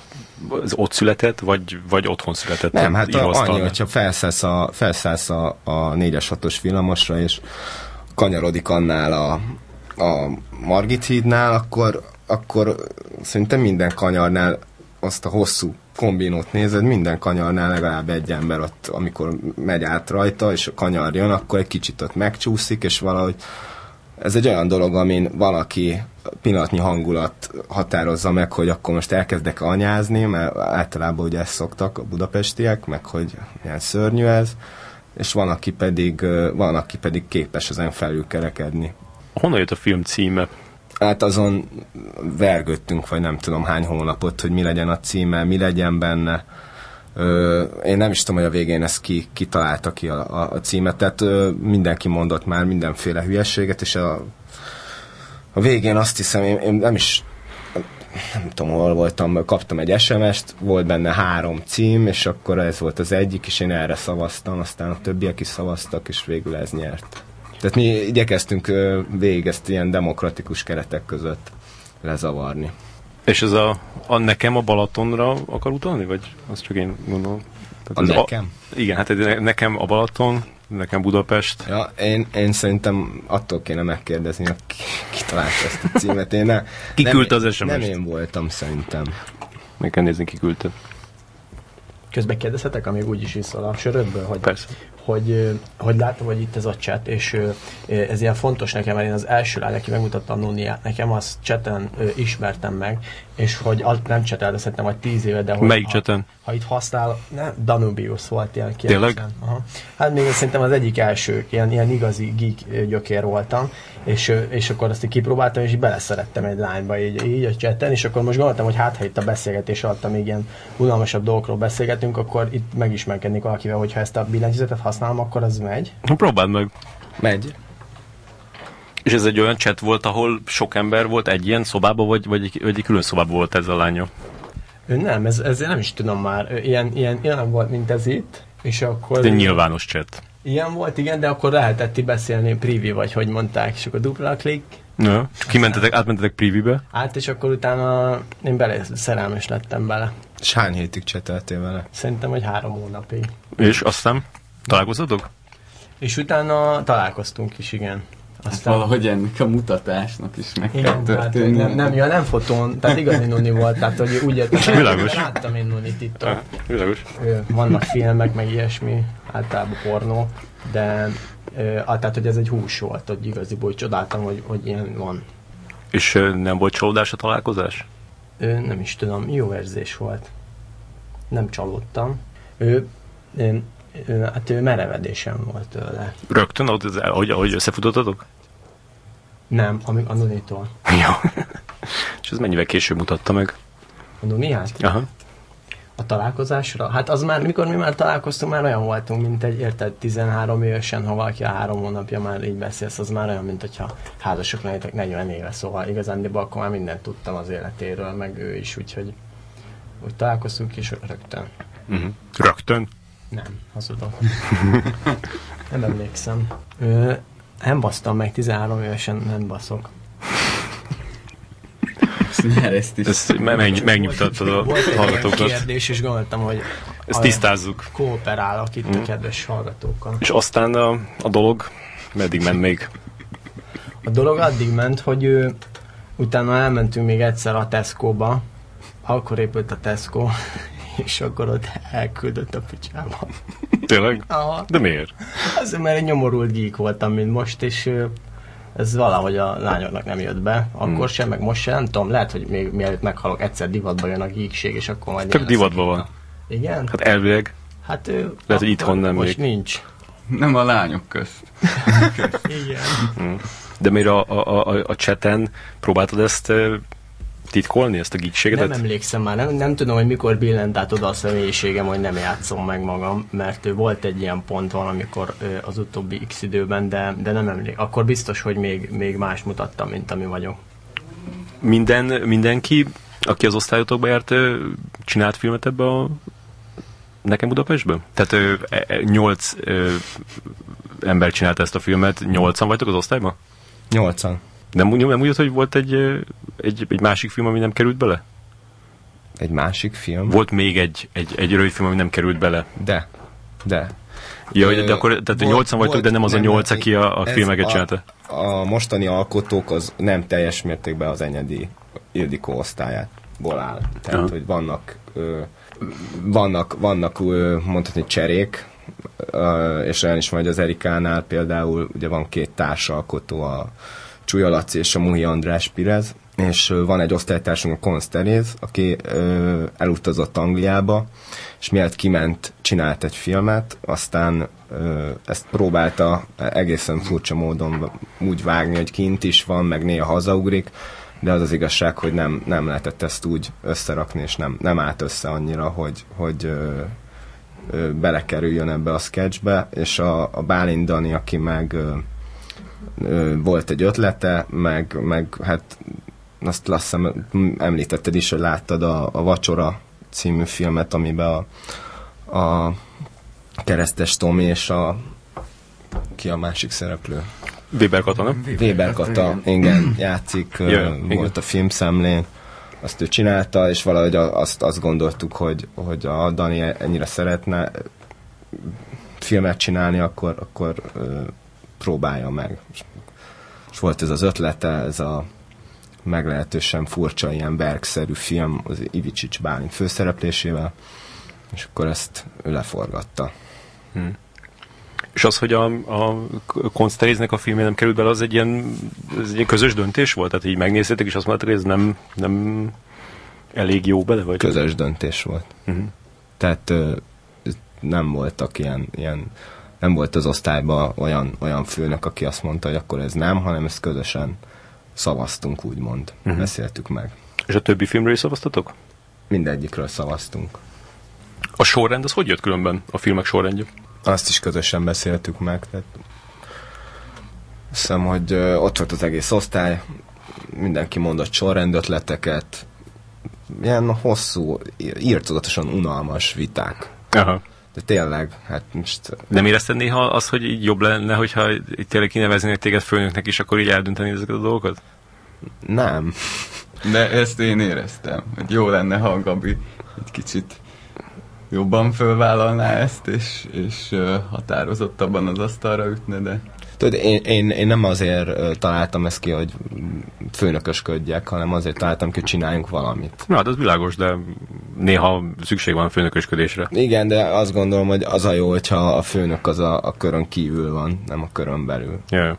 ez ott született, vagy, vagy otthon született? Nem, hát annyi, hogyha felszállsz a, felszállsz a, a négyes hatos villamosra, és kanyarodik annál a, a Margit hídnál, akkor, akkor szerintem minden kanyarnál azt a hosszú kombinót nézed, minden kanyarnál legalább egy ember ott, amikor megy át rajta, és a kanyar jön, akkor egy kicsit ott megcsúszik, és valahogy ez egy olyan dolog, amin valaki pillanatnyi hangulat határozza meg, hogy akkor most elkezdek anyázni, mert általában ugye ezt szoktak a budapestiek, meg hogy ilyen szörnyű ez, és van, aki pedig, van, aki pedig képes ezen felül kerekedni. Honnan jött a film címe? Hát azon vergődtünk, vagy nem tudom hány hónapot, hogy mi legyen a címe, mi legyen benne. Ö, én nem is tudom, hogy a végén ezt ki, ki találta ki a, a, a címet, tehát ö, mindenki mondott már mindenféle hülyeséget, és a, a végén azt hiszem, én, én nem is nem tudom, hol voltam, kaptam egy es em est, volt benne három cím, és akkor ez volt az egyik, és én erre szavaztam, aztán a többiek is szavaztak, és végül ez nyert. Tehát mi igyekeztünk végig ezt ilyen demokratikus keretek között lezavarni. És ez a, a nekem a Balatonra akar utalni, vagy azt csak én gondolom? Tehát a nekem? A, igen, hát nekem a Balaton, nekem Budapest. Ja, én, én szerintem attól kéne megkérdezni, hogy ki, ki találta ezt a címet. Én ne, ki küldte az es em est? Nem én voltam, szerintem. Meg kell nézni, ki küldte. Közben kérdezhetek, amíg úgyis iszol a sörödből, hogy, Persze. hogy, hogy látom, hogy itt ez a chat, és ez ilyen fontos nekem, mert én az első lány, aki megmutatta a Nuniát, nekem azt chaten ismertem meg, és hogy nem chatelt, azt hittem, hogy tíz éve, de hogy melyik ha, chaten? Ha itt használ, nem, Danubius volt ilyen Tényleg? Aha. Hát még szerintem az egyik első, ilyen, ilyen igazi geek gyökér voltam, és, és akkor azt így kipróbáltam, és így beleszerettem egy lányba így, így a chaten, és akkor most gondoltam, hogy hát ha itt a beszélgetés alatt, amíg ilyen unalmasabb dolgokról beszélgetünk, akkor itt megismerkednék valakivel, hogyha ezt a billentyűzetet használom, akkor az megy. Próbáld meg. Megy. És ez egy olyan chat volt, ahol sok ember volt egy ilyen szobában, vagy, vagy, egy, vagy egy külön szobában volt ez a lánya? Nem, ez, ez nem is tudom már. Ilyen, ilyen, ilyen volt, mint ez itt, és akkor... Ez egy nyilvános chat. Ilyen volt, igen, de akkor lehetett ti beszélni privy, vagy hogy mondták, és akkor dupla klik. Ja. Kimentetek, átmentetek privy-be? Át, és akkor utána én bele szerelmes lettem bele. És hány hétig cseteltél vele? Szerintem, hogy három hónapig. És aztán találkoztatok? És utána találkoztunk is, igen. Aztán valahogy ennek a mutatásnak is meg kell igen, történni. Hát, nem, nem, ja, nem fotón, tehát igazi Nuni volt, tehát hogy úgy értem, világos. Láttam én Nunit itt. Ah, világos. Vannak filmek, meg ilyesmi, általában pornó, de ah, tehát, hogy ez egy hús volt, hogy igaziból hogy csodáltam, hogy, hogy ilyen van. És uh, nem volt csalódás a találkozás? Ő, nem is tudom, jó érzés volt. Nem csalódtam. Ő, ő, ő, hát ő merevedésem volt tőle. Rögtön, ahogy, ahogy összefutottatok? Nem, amíg a Nunitól. Jó. És ez mennyivel később mutatta meg? A Nuniát? Aha. A találkozásra? Hát az már, mikor mi már találkoztunk, már olyan voltunk, mint egy, érted, tizenhárom évesen, ha valaki a három hónapja már így beszélsz, az már olyan, mint hogyha házasok lennétek negyven éve, szóval igazándiból akkor már mindent tudtam az életéről, meg ő is, úgyhogy úgy találkoztunk és rögtön. Uh-huh. Rögtön? Nem, hazudok. Nem emlékszem. Ö, nem basztam meg, tizenhárom évesen nem baszok. Már ezt is. Ezt meg, megnyugtattad a hallgatókat. Volt egy kérdés, és gondoltam, hogy ezt tisztázzuk. Kooperálok itt mm. a kedves hallgatókkal. És aztán a, a dolog meddig ment még? A dolog addig ment, hogy ő, utána elmentünk még egyszer a Tesco-ba, akkor épült a Tesco, és akkor ott elküldött a picsába. Tényleg? Aha. De miért? Azért, mert egy nyomorult geek voltam, mint most, és ez valahogy a lányoknak nem jött be. Akkor hmm. sem, meg most sem, nem tudom, lehet, hogy még mielőtt meghalok, egyszer divatba jön a geekség, és akkor majd... Csak divatban van. Igen? Hát elvileg. Hát ő... Lehet, hogy itthon nem most még. nincs. Nem a lányok közt. Igen. Hmm. De miért a, a, a, a chaten próbáltad ezt titkolni, ezt a geekségedet? Nem emlékszem már, nem, nem tudom, hogy mikor billent át oda a személyiségem, hogy nem játszom meg magam, mert volt egy ilyen pont valamikor az utóbbi x időben, de, de nem emlékszem. Akkor biztos, hogy még, még más mutattam, mint ami vagyok. Minden, mindenki, aki az osztályotokba járt, csinált filmet ebbe a Nekem Budapestben? Tehát ö, nyolc ö, ember csinálta ezt a filmet, nyolcan vagytok az osztályban? Nyolcan. Nem, nem úgy, hogy volt egy, egy, egy másik film, ami nem került bele? Egy másik film? Volt még egy, egy, egy rövidfilm, ami nem került bele. De. De. Ja, Ö, de akkor tehát nyolcan vagytok, de nem az nem, a nyolc, aki a, a filmeket csinálta. A mostani alkotók az nem teljes mértékben az Enyedi Ildikó osztályából áll. Tehát, uh-huh. hogy vannak ö, vannak, vannak ö, mondhatni cserék, ö, és olyan is majd az Erikánál például, ugye van két társalkotó, a Csúlya Laci és a Muhi András Pirez, és ö, van egy osztálytársunk, a Konz Teréz, aki ö, elutazott Angliába, és mielőtt kiment, csinált egy filmet, aztán ö, ezt próbálta egészen furcsa módon úgy vágni, hogy kint is van, meg néha hazaugrik, de az az igazság, hogy nem, nem lehetett ezt úgy összerakni, és nem, nem állt össze annyira, hogy, hogy ö, ö, belekerüljön ebbe a sketchbe, és a, a Bálint Dani, aki meg ö, ö, volt egy ötlete, meg, meg hát azt lasszem, említetted is, hogy láttad a, a Vacsora című filmet, amiben a, a Keresztes Tomi és a ki a másik szereplő? Weber Kata, nem? Weber Kata, igen, játszik, yeah, volt igen. A filmszemlén, azt ő csinálta, és valahogy azt, azt gondoltuk, hogy, hogy a Dani ennyire szeretne filmet csinálni, akkor, akkor próbálja meg. És volt ez az ötlete, ez a meglehetősen furcsa, ilyen Berg-szerű film az Ivicsics Bálint főszereplésével, és akkor ezt ő leforgatta. Hmm. És az, hogy a, a Konz Teréznek a filmje nem került bele, az egy ilyen, ez egy ilyen közös döntés volt? Tehát így megnéztétek, és azt mondtátok, hogy ez nem, nem elég jó bele? Vagy? Közös döntés volt. Uh-huh. Tehát ö, nem voltak ilyen, ilyen, nem volt az osztályban olyan, olyan főnök, aki azt mondta, hogy akkor ez nem, hanem ezt közösen szavaztunk, úgymond. Uh-huh. Beszéltük meg. És a többi filmről is szavaztatok? Mindegyikről szavaztunk. A sorrend, az hogy jött különben, a filmek sorrendje? Azt is közösen beszéltük meg. Tehát azt hiszem, hogy ö, ott volt az egész osztály, mindenki mondott sorrendötleteket, ilyen hosszú, írtozatosan unalmas viták. Aha. De tényleg, hát most... Nem érezted néha az, hogy így jobb lenne, hogyha így tényleg kineveznének téged főnöknek is, akkor így eldönteni ezeket a dolgokat? Nem. De ezt én éreztem, hogy jó lenne, ha a Gabi egy kicsit jobban fölvállalná ezt, és, és uh, határozottabban az asztalra ütne, de... Tudod, én, én, én nem azért uh, találtam ezt ki, hogy főnökösködjek, hanem azért találtam ki, hogy csináljunk valamit. Na, hát az világos, de néha szükség van főnökösködésre. Igen, de azt gondolom, hogy az a jó, hogyha a főnök az a, a körön kívül van, nem a körön belül. Yeah.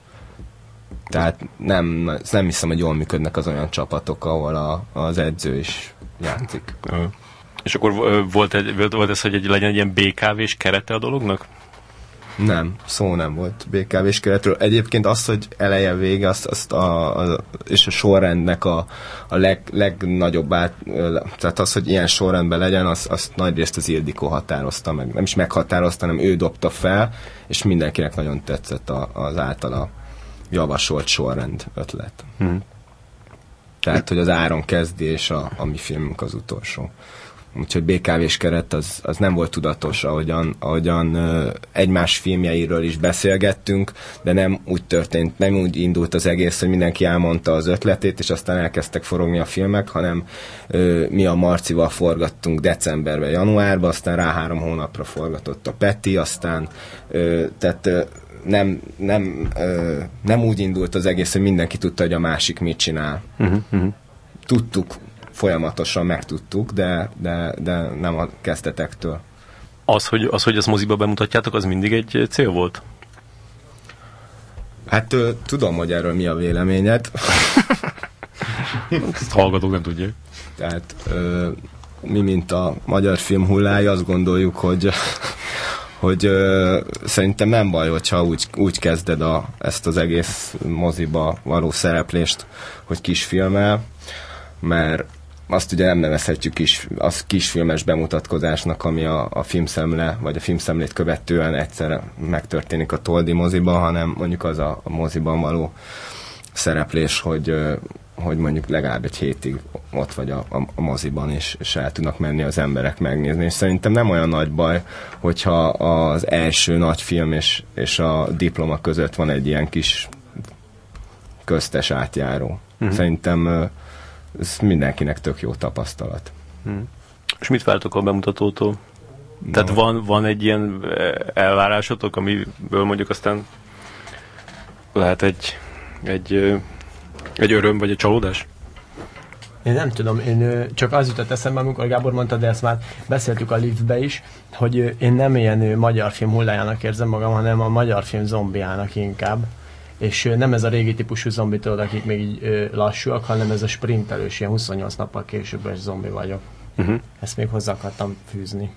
Tehát nem, nem hiszem, hogy jól működnek az olyan csapatok, ahol a, az edző is játszik. Uh. És akkor volt, egy, volt ez, hogy egy, legyen egy ilyen bé ká vés kerete a dolognak? Nem, szó nem volt bé ká vés keretről. Egyébként az, hogy eleje vége, azt, azt a, a, és a sorrendnek a, a leg, legnagyobb át, tehát az, hogy ilyen sorrendben legyen, azt, azt nagyrészt az Ildikó határozta meg. Nem is meghatározta, hanem ő dobta fel, és mindenkinek nagyon tetszett a, az általa javasolt sorrend ötlet. Hmm. Tehát, hogy az Áron kezdi, és a, a mi filmünk az utolsó. úgyhogy bé ká vés keret az, az nem volt tudatos, ahogyan, ahogyan ö, egymás filmjeiről is beszélgettünk, de nem úgy történt, nem úgy indult az egész, hogy mindenki elmondta az ötletét, és aztán elkezdtek forogni a filmek, hanem ö, mi a Marcival forgattunk decemberben, januárban, aztán rá három hónapra forgatott a Peti, aztán ö, tehát ö, nem, nem, ö, nem úgy indult az egész, hogy mindenki tudta, hogy a másik mit csinál. Uh-huh, uh-huh. Tudtuk, folyamatosan megtudtuk, de, de, de nem a kezdetektől. Az, hogy, az, hogy ezt moziba bemutatjátok, az mindig egy cél volt? Hát ö, tudom, hogy erről mi a véleményed. Ezt hallgatók nem tudják. Tehát ö, mi, mint a magyar film hullája, azt gondoljuk, hogy hogy ö, szerintem nem baj, hogyha úgy, úgy kezded a, ezt az egész moziba való szereplést, hogy kisfilmmel, mert azt ugye nem nevezhetjük kis, az kisfilmes bemutatkozásnak, ami a, a filmszemle, vagy a filmszemlét követően egyszerre megtörténik a Toldi moziban, hanem mondjuk az a, a moziban való szereplés, hogy, hogy mondjuk legalább egy hétig ott vagy a, a, a moziban, és, és el tudnak menni az emberek megnézni. És szerintem nem olyan nagy baj, hogyha az első nagy film és, és a diploma között van egy ilyen kis köztes átjáró. Uh-huh. Szerintem ez mindenkinek tök jó tapasztalat. Hmm. És mit vártok a bemutatótól? No. Tehát van, van egy ilyen elvárásotok, amiből mondjuk aztán lehet egy, egy, egy öröm, vagy egy csalódás? Én nem tudom, én csak az jutott eszembe, amikor Gábor mondta, de ezt már beszéltük a liftbe is, hogy én nem ilyen magyar film hullájának érzem magam, hanem a magyar film zombiának inkább. És nem ez a régi típusú zombi, tudod, akik még így ö, lassúak, hanem ez a sprintelős, ilyen huszonnyolc nappal később zombi vagyok. Uh-huh. Ezt még hozzá akartam fűzni.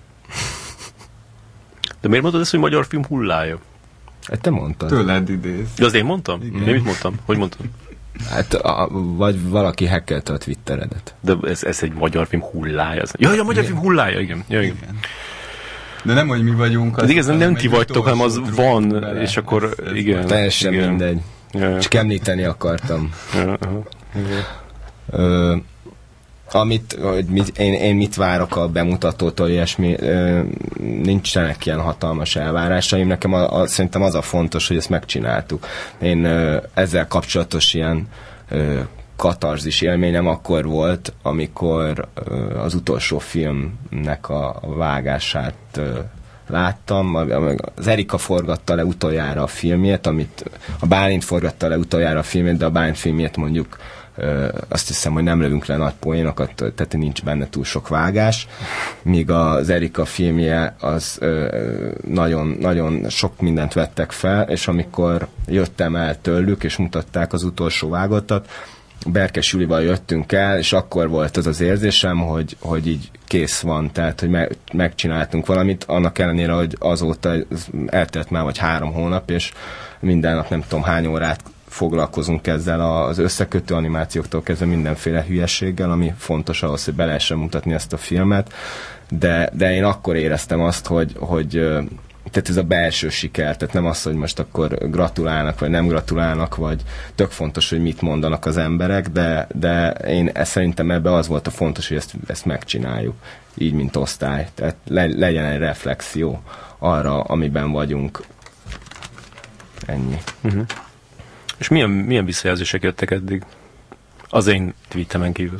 De miért mondod ezt, hogy magyar film hullája? Hát te mondtad. Tőled idéz. De azt én mondtam? Igen. Én mit mondtam? Hogy mondtam? Hát, a, vagy valaki hackelte a Twitteredet. De ez, ez egy magyar film hullája. Ez... Ja, ja, magyar igen. film hullája, igen. Ja, igen. igen. De nem, hogy mi vagyunk. Az igaz, nem, nem ti vagytok, hanem az van, bele, és akkor ez, ez igen. Teljesen igen. mindegy. Ja. Csak említeni akartam. Ja, uh-huh. Ö, amit, hogy mit, én, én mit várok a bemutatótól, ilyesmi, ö, nincsenek ilyen hatalmas elvárásaim. Nekem a, a, szerintem az a fontos, hogy ezt megcsináltuk. Én ö, ezzel kapcsolatos ilyen ö, katarzis élményem akkor volt, amikor ö, az utolsó filmnek a, a vágását ö, láttam. Az Erika forgatta le utoljára a filmjét, amit a Bálint forgatta le utoljára a filmjét, de a Bálint filmjét mondjuk ö, azt hiszem, hogy nem lövünk le nagy poénokat, tehát nincs benne túl sok vágás, míg az Erika filmje az ö, nagyon, nagyon sok mindent vettek fel, és amikor jöttem el tőlük, és mutatták az utolsó vágottat, Berkes Julival jöttünk el, és akkor volt az az érzésem, hogy, hogy így kész van, tehát, hogy me, megcsináltunk valamit, annak ellenére, hogy azóta eltelt már vagy három hónap, és minden nap nem tudom hány órát foglalkozunk ezzel az összekötő animációktól kezdve mindenféle hülyeséggel, ami fontos ahhoz, hogy be lehessen mutatni ezt a filmet, de, de én akkor éreztem azt, hogy, hogy tehát ez a belső siker, tehát nem az, hogy most akkor gratulálnak, vagy nem gratulálnak, vagy tök fontos, hogy mit mondanak az emberek, de, de én ezt, szerintem ebben az volt a fontos, hogy ezt, ezt megcsináljuk, így, mint osztály. Tehát le, legyen egy reflexió arra, amiben vagyunk. Ennyi. Uh-huh. És milyen, milyen visszajelzések jöttek eddig? Az én tweetemen kívül.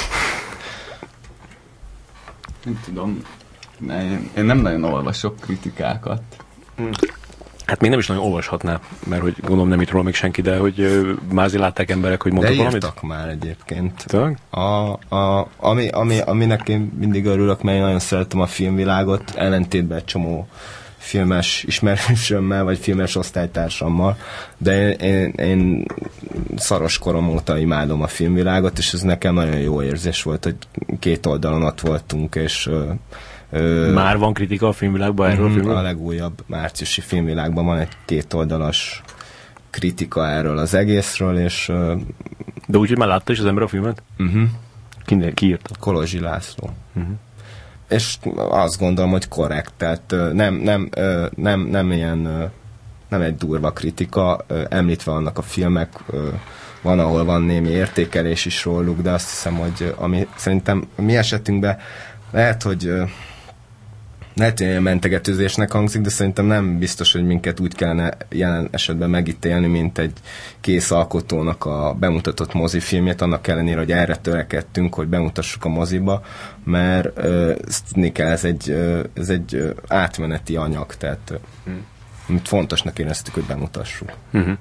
Nem tudom. Ne, én, én nem nagyon olvasok kritikákat. Hát még nem is nagyon olvashatná, mert hogy gondolom nem itt róla még senki, de hogy uh, mázi látták emberek, hogy mondtak valamit? De írtak már egyébként. A, a, ami, ami, aminek én mindig örülök, mert én nagyon szeretem a filmvilágot, ellentétben egy csomó filmes ismerősömmel, vagy filmes osztálytársammal, de én, én, én szaros korom óta imádom a filmvilágot, és ez nekem nagyon jó érzés volt, hogy két oldalon ott voltunk, és Ö, Már van kritika a filmvilágban erről a filmről? A legújabb márciusi filmvilágban van egy kétoldalas kritika erről az egészről, és... De úgy, hogy már látta is az ember a filmet? Uh-huh. Ki, ki írta? Kolozsi László. Uh-huh. És azt gondolom, hogy korrekt, tehát nem, nem, nem, nem ilyen, nem egy durva kritika, említve annak a filmek, van, ahol van némi értékelés is róluk, de azt hiszem, hogy ami szerintem mi esetünkben lehet, hogy lehet, hogy ilyen mentegetőzésnek hangzik, de szerintem nem biztos, hogy minket úgy kellene jelen esetben megítélni, mint egy kész alkotónak a bemutatott mozifilmjét, annak ellenére, hogy erre törekedtünk, hogy bemutassuk a moziba, mert uh, ezt tudni kell, ez egy, uh, ez egy uh, átmeneti anyag, tehát uh, hmm. amit fontosnak éreztük, hogy bemutassuk. Uh-huh.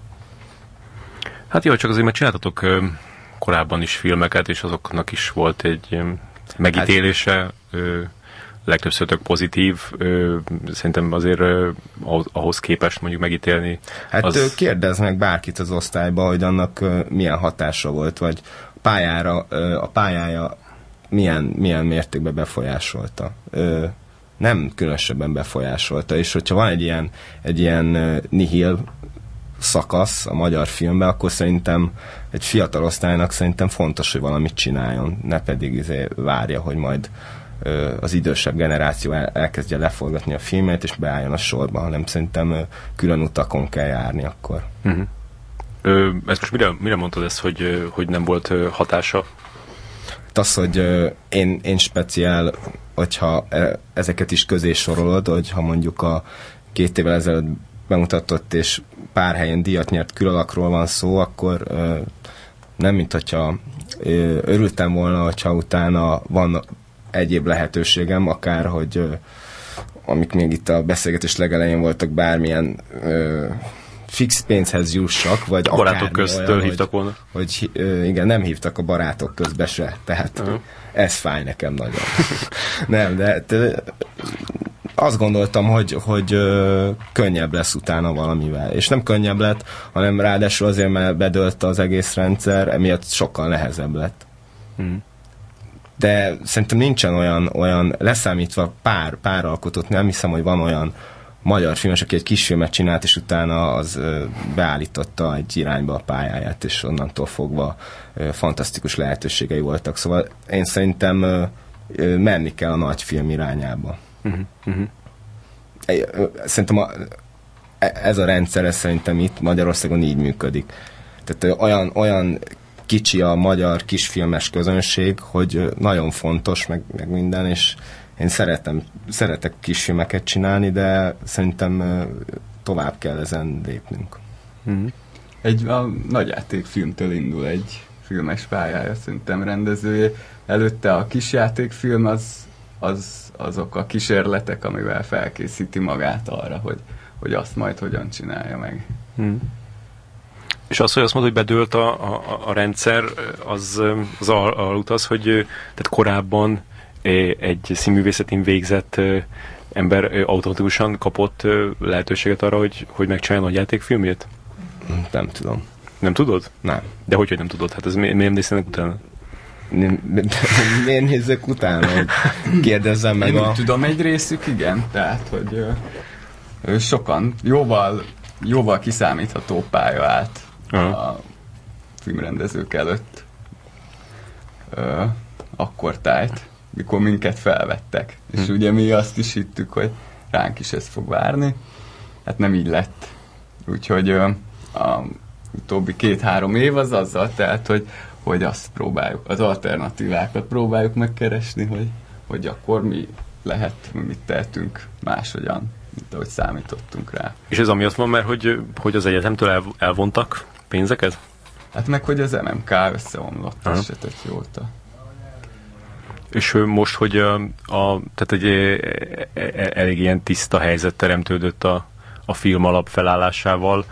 Hát jó, csak azért mert csináltatok uh, korábban is filmeket, és azoknak is volt egy um, megítélése, hát, uh, legtöbbször tök pozitív, ö, szerintem azért ö, ahhoz képest mondjuk megítélni. Hát az... kérdezz meg bárkit az osztályba, hogy annak ö, milyen hatása volt, vagy pályára, ö, a pályája milyen, milyen mértékben befolyásolta. Ö, nem különösebben befolyásolta, és hogyha van egy ilyen, egy ilyen ö, nihil szakasz a magyar filmben, akkor szerintem egy fiatal osztálynak szerintem fontos, hogy valamit csináljon, ne pedig izé várja, hogy majd az idősebb generáció el, elkezdje leforgatni a filmet, és beálljon a sorba, hanem szerintem külön utakon kell járni akkor. Uh-huh. Ö, ezt most mire, mire mondtad ezt, hogy, hogy nem volt hatása? Az, hogy én, én speciál, hogyha ezeket is közé sorolod, hogyha mondjuk a két évvel ezelőtt bemutatott és pár helyen díjat nyert külalakról van szó, akkor nem mint hogyha örültem volna, hogyha utána van egyéb lehetőségem, akár, hogy ö, amik még itt a beszélgetés legelején voltak, bármilyen ö, fix pénzhez jussak, vagy a barátok köztől hívtak hogy, volna. Hogy ö, igen, nem hívtak a barátok közbe se, tehát uh-huh. ez fáj nekem nagyon. nem, de te, azt gondoltam, hogy, hogy ö, könnyebb lesz utána valamivel. És nem könnyebb lett, hanem ráadásul azért, mert bedölt az egész rendszer, emiatt sokkal nehezebb lett. Uh-huh. De szerintem nincsen olyan, olyan leszámítva pár, pár alkotót, nem hiszem, hogy van olyan magyar filmes, aki egy kisfilmet csinált, és utána az ö, beállította egy irányba a pályáját, és onnantól fogva ö, fantasztikus lehetőségei voltak. Szóval én szerintem ö, ö, menni kell a nagy film irányába. Uh-huh, uh-huh. Szerintem a, ez a rendszer, ez szerintem itt Magyarországon így működik. Tehát ö, olyan, olyan kicsi a magyar kisfilmes közönség, hogy nagyon fontos, meg, meg minden, és én szeretem, szeretek kisfilmeket csinálni, de szerintem tovább kell ezen lépnünk. Mm-hmm. Egy a nagyjátékfilmtől indul egy filmes pályája, szerintem rendezője. Előtte a kisjátékfilm az, az azok a kísérletek, amivel felkészíti magát arra, hogy, hogy azt majd hogyan csinálja meg. Mm. És az, hogy azt mondod, hogy bedőlt a, a, a rendszer, az, az alatt az, hogy tehát korábban egy színművészetén végzett ember automatikusan kapott lehetőséget arra, hogy, hogy megcsinálja a játékfilmjét? Nem tudom. Nem tudod? Nem. De hogy, hogy nem tudod? Hát ez mi, miért néznek utána? Miért nézzek utána? Kérdezzem meg. Én a... tudom, egy részük igen. Tehát, hogy ö, sokan jóval, jóval kiszámítható pálya állt Aha. a filmrendezők előtt ö, akkor tájt, mikor minket felvettek. Hm. És ugye mi azt is hittük, hogy ránk is ez fog várni. Hát nem így lett. Úgyhogy ö, a utóbbi két-három év az azzal telt, hogy, hogy azt próbáljuk, az alternatívákat próbáljuk megkeresni, hogy, hogy akkor mi lehet, mit tehetünk máshogyan, mint ahogy számítottunk rá. És ez amiatt van, mert hogy, hogy az egyetemtől el, elvontak pénzeket? Hát meg, hogy az em em ká összeomlott, Aha. ez se tök jóta. És most, hogy a, a, tehát egy elég ilyen tiszta helyzet teremtődött a, a film alap felállásával,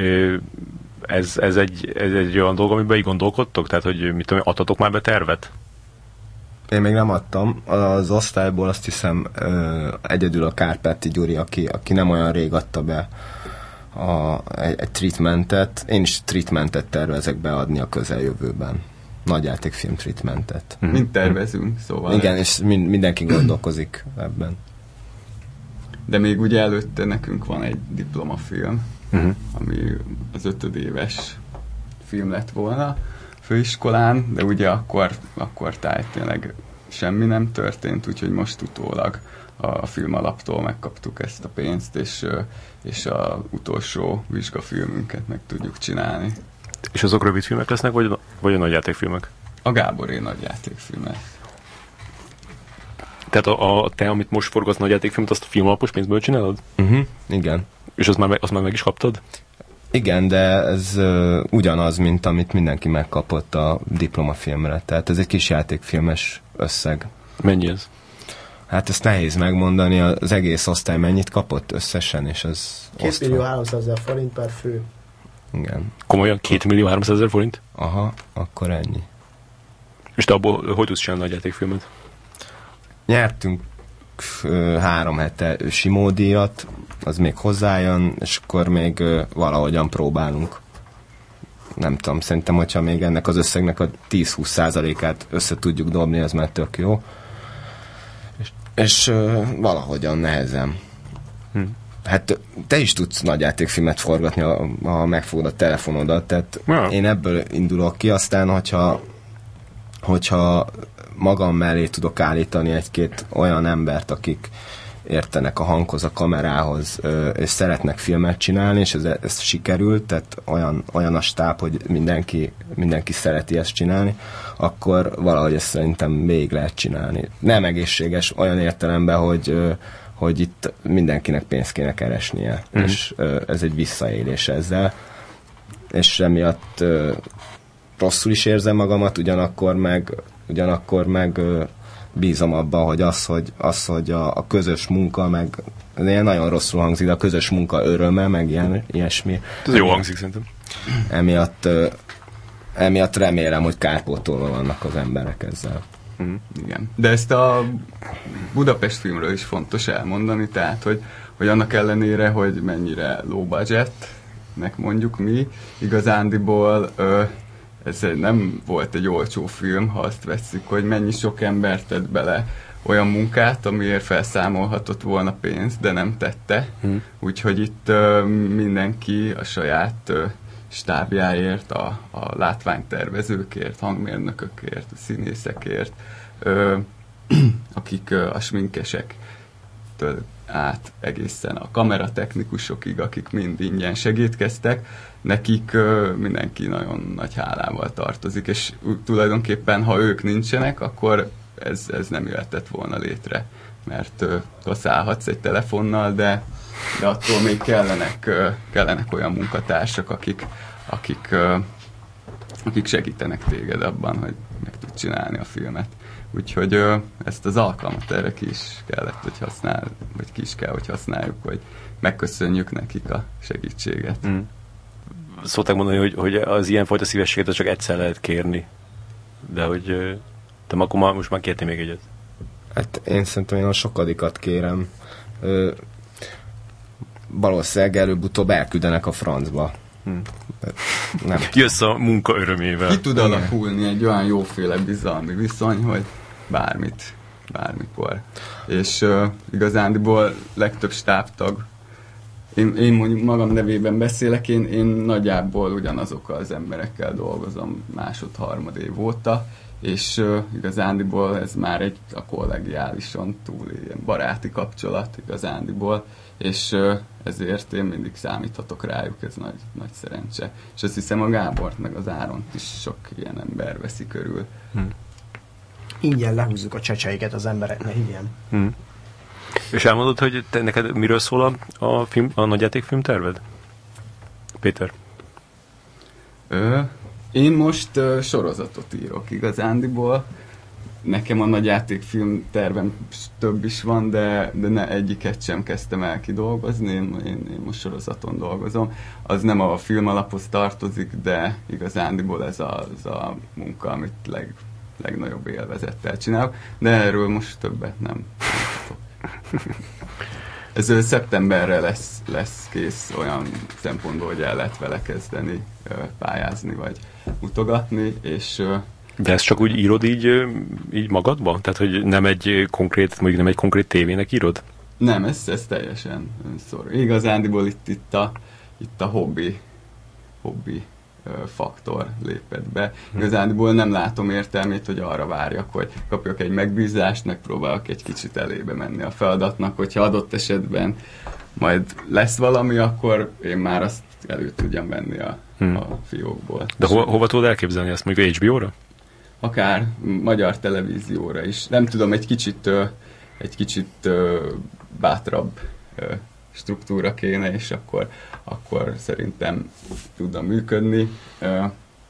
ez, ez, egy, ez egy olyan dolog, amiben így gondolkodtok? Tehát, hogy mit tudom, adtatok már be tervet? Én még nem adtam. Az osztályból azt hiszem egyedül a Kárpáti Gyuri, aki, aki nem olyan rég adta be a, egy, egy treatmentet. Én is treatmentet tervezek beadni a közeljövőben. Nagyjátékfilm treatmentet. Mm-hmm. Mind tervezünk, szóval. Igen, és mind, mindenki gondolkozik ebben. De még ugye előtte nekünk van egy diplomafilm, uh-huh. ami az ötödéves film lett volna főiskolán, de ugye akkor, akkor tájt tényleg semmi nem történt, úgyhogy most utólag a film alaptól megkaptuk ezt a pénzt, és, és az utolsó vizsgafilmünket meg tudjuk csinálni. És azok rövid filmek lesznek, vagy, vagy a nagyjátékfilmek? A Gáboré nagyjátékfilmek. Tehát a, a te, amit most forgatsz nagyjátékfilmet, azt a filmalapos pénzből csinálod? Uh-huh, igen. És azt már, meg, azt már meg is kaptad? Igen, de ez uh, ugyanaz, mint amit mindenki megkapott a diplomafilmre. Tehát ez egy kis játékfilmes összeg. Mennyi ez? Hát ezt nehéz megmondani, az egész osztály mennyit kapott összesen, és az két millió háromszázezer forint per fő. Igen. Komolyan? két millió háromszázezer forint? Aha, akkor ennyi. És te abból hogy tudsz csinálni nagyjátékfilmet? Nyertünk ö, három hete Simódíjat, az még hozzájön, és akkor még ö, valahogyan próbálunk. Nem tudom, szerintem, hogyha még ennek az összegnek a tíz-húsz százalékát össze tudjuk dobni, az már tök jó. És, és ö, valahogyan nehezen. Hm. Hát te is tudsz nagyjátékfilmet forgatni, ha megfogod a telefonodat, tehát ja. Én ebből indulok ki, aztán hogyha, hogyha magam mellé tudok állítani egy-két olyan embert, akik értenek a hanghoz, a kamerához, és szeretnek filmet csinálni, és ez, ez sikerült, tehát olyan, olyan a stáb, hogy mindenki, mindenki szereti ezt csinálni, akkor valahogy ezt szerintem végig lehet csinálni. Nem egészséges olyan értelemben, hogy hogy itt mindenkinek pénzt kéne keresnie, mm. és ö, ez egy visszaélés ezzel, és emiatt ö, rosszul is érzem magamat, ugyanakkor meg, ugyanakkor meg ö, bízom abban, hogy az, hogy, az, hogy a, a közös munka, meg ilyen nagyon rosszul hangzik, de a közös munka öröme, meg ilyen, ilyesmi. Ez jó hangzik szerintem. Emiatt, ö, emiatt remélem, hogy kárpótolva vannak az emberek ezzel. Mm, igen. De ezt a Budapest filmről is fontos elmondani, tehát, hogy, hogy annak ellenére, hogy mennyire low budgetnek mondjuk mi, igazándiból ö, ez nem volt egy olcsó film, ha azt vesszük, hogy mennyi sok ember tett bele olyan munkát, amiért felszámolhatott volna pénzt, de nem tette. Mm. Úgyhogy itt ö, mindenki a saját ö, stábjáért, a, a látványtervezőkért, hangmérnökökért, a színészekért, ö, akik ö, a sminkesektől át egészen a kameratechnikusokig, akik mind ingyen segítkeztek, nekik ö, mindenki nagyon nagy hálával tartozik, és tulajdonképpen, ha ők nincsenek, akkor ez, ez nem jöhetett volna létre, mert ö, kaszálhatsz egy telefonnal, de de attól még kellenek, kellenek olyan munkatársak, akik, akik, akik segítenek téged abban, hogy meg tud csinálni a filmet. Úgyhogy ezt az alkalmat erre ki is kellett, hogy használ, vagy ki is kell, hogy használjuk, hogy megköszönjük nekik a segítséget. Mm. Szokták mondani, hogy, hogy az ilyenfajta szívességet csak egyszer lehet kérni. De hogy te akkor már, most már kértél még egyet? Hát én szerintem én a sokadikat kérem. Ö, valószínűleg előbb-utóbb elküldenek a francba. Hmm. Nem. Jössz a munka örömével. Ki tud alakulni egy olyan jóféle bizalmi viszony, hogy bármit, bármikor. És uh, igazándiból legtöbb stábtag, én, én mondjuk magam nevében beszélek, én, én nagyjából ugyanazokkal az emberekkel dolgozom másod-harmad év óta, és uh, igazándiból ez már egy a kollegiálison túl ilyen baráti kapcsolat igazándiból, és uh, ezért én mindig számíthatok rájuk, ez nagy, nagy szerencse. És azt hiszem a Gábort meg az Áront is sok ilyen ember veszi körül. Hmm. Ingyen lehúzzuk a csecseiket az embereknek, igen. Hmm. És elmondod, hogy te, neked miről szól a, a, film, a nagyjátékfilm terved? Péter? Ö, én most ö, sorozatot írok igazándiból. Nekem a nagyjátékfilm tervem több is van, de, de ne egyiket sem kezdtem el kidolgozni, én, én, én most sorozaton dolgozom. Az nem a film alaphoz tartozik, de igazándiból ez a, az a munka, amit leg, legnagyobb élvezettel csinálok, de erről most többet nem tudok. Ez szeptemberre lesz, lesz kész olyan szempontból, hogy el lehet vele kezdeni pályázni, vagy mutogatni, és de ezt csak úgy írod így, így magadban? Tehát, hogy nem egy konkrét, mondjuk nem egy konkrét tévének írod? Nem, ez, ez teljesen önszor. Igazándiból itt, itt, a, itt a hobbi, hobbi uh, faktor lépett be. Igazándiból nem látom értelmét, hogy arra várjak, hogy kapjak egy megbízást, megpróbálok egy kicsit elébe menni a feladatnak, hogyha adott esetben majd lesz valami, akkor én már azt elő tudjam venni a, hmm. a fiókból. De ho- hova tudod elképzelni ezt? Mondjuk há bé ó-ra? Akár magyar televízióra is. Nem tudom, egy kicsit ö, egy kicsit ö, bátrabb ö, struktúra kéne, és akkor, akkor szerintem tudna működni. Ö,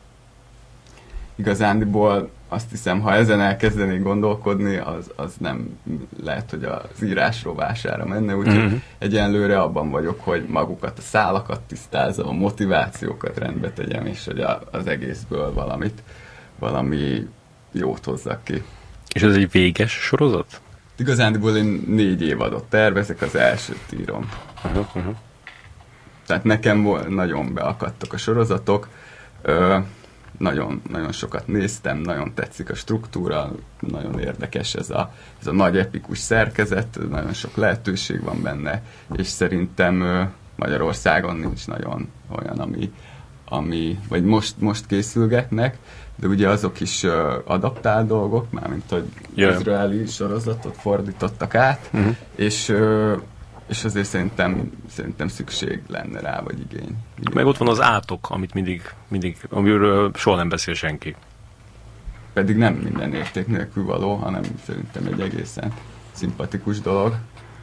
igazándiból azt hiszem, ha ezen elkezdenék gondolkodni, az, az nem lehet, hogy az írás rovására menne, úgyhogy mm-hmm. egyenlőre abban vagyok, hogy magukat, a szálakat tisztázom, a motivációkat rendbe tegyem, és hogy a, az egészből valamit, valami jót hozzak ki. És ez egy véges sorozat? Igazándiból én négy évadot tervezek, az elsőt írom. Uh-huh, uh-huh. Tehát nekem nagyon beakadtak a sorozatok, ö, nagyon, nagyon sokat néztem, nagyon tetszik a struktúra, nagyon érdekes ez a, ez a nagy epikus szerkezet, nagyon sok lehetőség van benne, és szerintem ö, Magyarországon nincs nagyon olyan, ami, ami vagy most, most készülgetnek, de ugye azok is uh, adaptált dolgok, mármint, hogy yeah. izraeli sorozatot fordítottak át, uh-huh. és, uh, és azért szerintem, szerintem szükség lenne rá, vagy igény. igény. Meg ott van az átok, amit mindig, mindig, amiről soha nem beszél senki. Pedig nem minden érték nélkül való, hanem szerintem egy egészen szimpatikus dolog.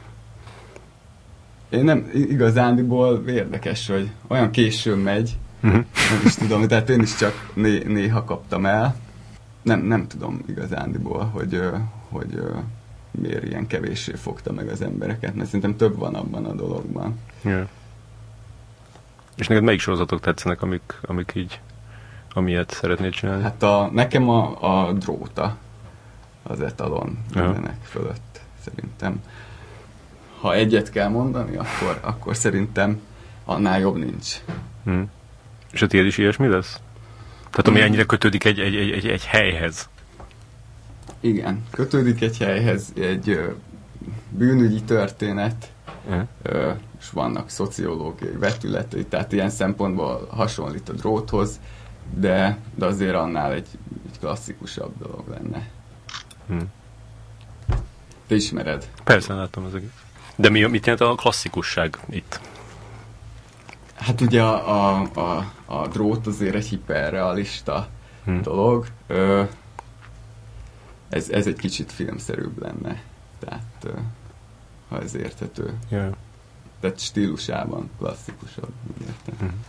Én nem, igazándiból érdekes, hogy olyan későn megy, uh-huh. nem is tudom, tehát én is csak né- néha kaptam el. Nem, nem tudom igazándiból, hogy, hogy miért ilyen kevéssé fogta meg az embereket, mert szerintem több van abban a dologban. Yeah. És neked melyik sorozatok tetszenek, amik, amik így, amilyet szeretnéd csinálni? Hát a, nekem a, a dróta az etalon mindenek uh-huh. fölött, szerintem. Ha egyet kell mondani, akkor, akkor szerintem annál jobb nincs. Hmm. És a tiéd is ilyesmi lesz? Tehát ami ennyire kötődik egy, egy, egy, egy, egy helyhez? Igen, kötődik egy helyhez, egy ö, bűnügyi történet, uh-huh. ö, és vannak szociológiai vetületei, tehát ilyen szempontból hasonlít a dróthoz, de, de azért annál egy, egy klasszikusabb dolog lenne. Hmm. Te ismered? Persze, láttam az egész. De mi, mit jelent a klasszikusság itt? Hát ugye a, a, a, a drót azért egy hiperrealista hmm. dolog. Ö, ez, ez egy kicsit filmszerűbb lenne. Tehát, ö, ha ez érthető. Yeah. Tehát stílusában klasszikusabb. Hmm.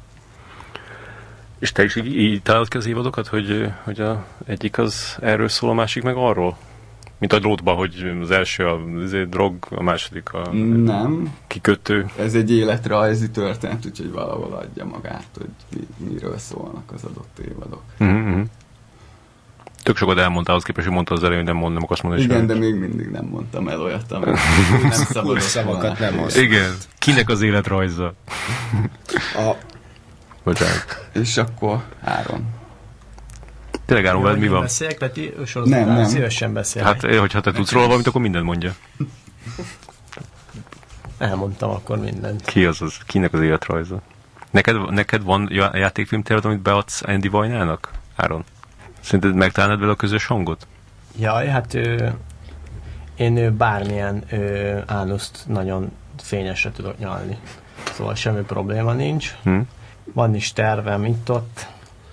És te is így, így találod ki az évadokat, hogy, hogy a egyik az erről szól, a másik meg arról? Mint a drótban, hogy az első a drog, a második a nem. kikötő. Ez egy életrajzi történet, úgyhogy valahol adja magát, hogy mi, miről szólnak az adott évadok. Mm-hmm. Tök sokat elmondtál, ahhoz képest, hogy mondta az elején, hogy nem mondom, azt mondani. Igen, de még mindig nem mondtam el olyat, amit nem szabadott szavakat nem használt. Igen, kinek az életrajza? A... Bocsánat. És akkor Áron. Tényleg Áron, veled mi van? Beszéljek, Peti? Nem, nem. Szívesen beszélek. Hát, hogyha te tudsz róla valamit, akkor mindent mondja. Elmondtam akkor mindent. Ki az az? Kinek az életrajza? Neked, neked van játékfilm terved, amit beadsz Andy Vajnának, Áron? Szerinted megtalálnád vele a közös hangot? Jaj, hát ő, én ő bármilyen ő, ánuszt nagyon fényesre tudok nyalni. Szóval semmi probléma nincs. Hm? Van is tervem itt-ott.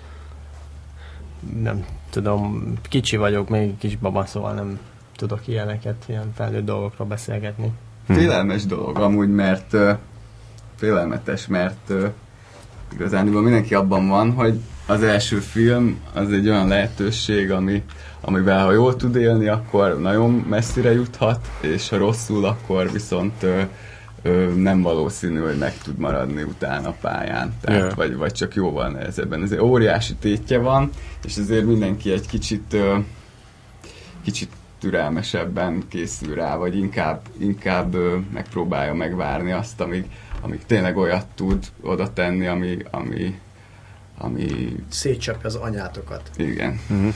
Nem tudom, kicsi vagyok, még kis baba, szóval nem tudok ilyeneket, ilyen felnőtt dolgokról beszélgetni. Hmm. Félelmes dolog amúgy, mert uh, félelmetes, mert uh, igazán mindenki abban van, hogy az első film az egy olyan lehetőség, ami, amivel ha jól tud élni, akkor nagyon messzire juthat, és ha rosszul, akkor viszont uh, uh, nem valószínű, hogy meg tud maradni utána a pályán. Tehát, yeah. vagy, vagy csak jóval nehezebben. Ez egy óriási tétje van, és ezért mindenki egy kicsit uh, kicsit türelmesebben készül rá, vagy inkább, inkább uh, megpróbálja megvárni azt, amíg, amíg tényleg olyat tud oda tenni, ami, ami, ami... szétcsapja az anyátokat. Igen. Uh-huh.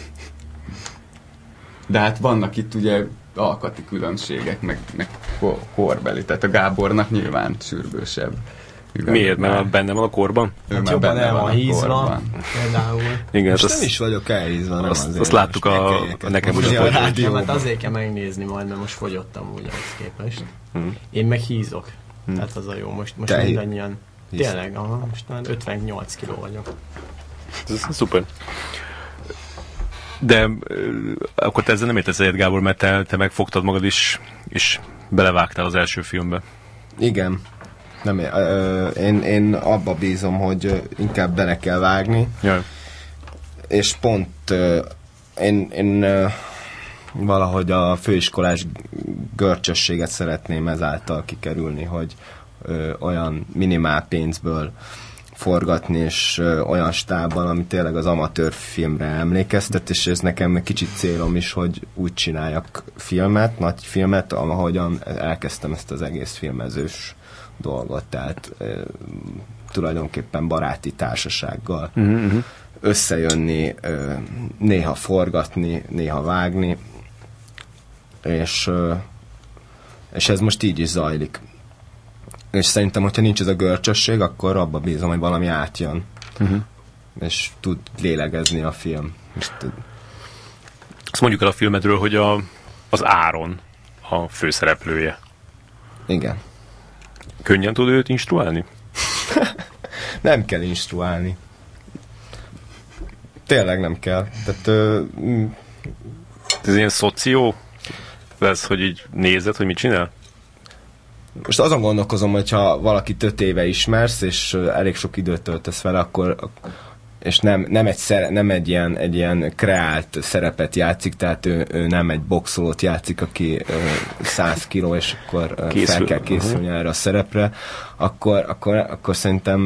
De hát vannak itt ugye alkati különbségek, meg, meg korbeli, tehát a Gábornak nyilván sürgősebb. Miért? Mert benne van a korban? Ő hát jobban el van hízva, például. Igen, most nem is vagyok elhízva, nem azt, azért. Azt láttuk a, a nekem úgy a rádióban. Hát azért kell megnézni majd, mert most fogyottam úgy ahhoz képest. Hmm. Én meg hízok. Hmm. Tehát az a jó. Most, most mindannyian. Híz. Tényleg, aha, most már ötvennyolc kiló vagyok. Ez szuper. De akkor te ezzel nem értesz egyet, Gábor, mert te, te megfogtad magad is, és belevágtál az első filmbe. Igen. Nem, ö, én, én abba bízom, hogy inkább bele kell vágni. Jaj. És pont ö, én, én ö, valahogy a főiskolás görcsösséget szeretném ezáltal kikerülni, hogy ö, olyan minimál pénzből forgatni, és ö, olyan stábban, ami tényleg az amatőr filmre emlékeztet, és ez nekem kicsit célom is, hogy úgy csináljak filmet, nagy filmet, ahogyan elkezdtem ezt az egész filmezős dolgot, tehát ö, tulajdonképpen baráti társasággal uh-huh. összejönni, ö, néha forgatni, néha vágni, és, ö, és ez most így is zajlik. És szerintem, hogyha nincs ez a görcsösség, akkor abba bízom, hogy valami átjön. Uh-huh. És tud lélegezni a film. És tud... Azt mondjuk el a filmedről, hogy a, az Áron a főszereplője. Igen. Könnyen tud őt instruálni? Nem kell instruálni. Tényleg nem kell. Tehát... Ö, mm. Ez ilyen szoció lesz, hogy így nézed, hogy mit csinál? Most azon gondolkozom, hogyha valakit öt éve ismersz, és elég sok időt töltesz vele, akkor és nem, nem, egy, szere, nem egy, ilyen, egy ilyen kreált szerepet játszik, tehát ő, ő nem egy boxolót játszik, aki száz kiló, és akkor Készül. fel kell készülni uh-huh. erre a szerepre, akkor, akkor, akkor szerintem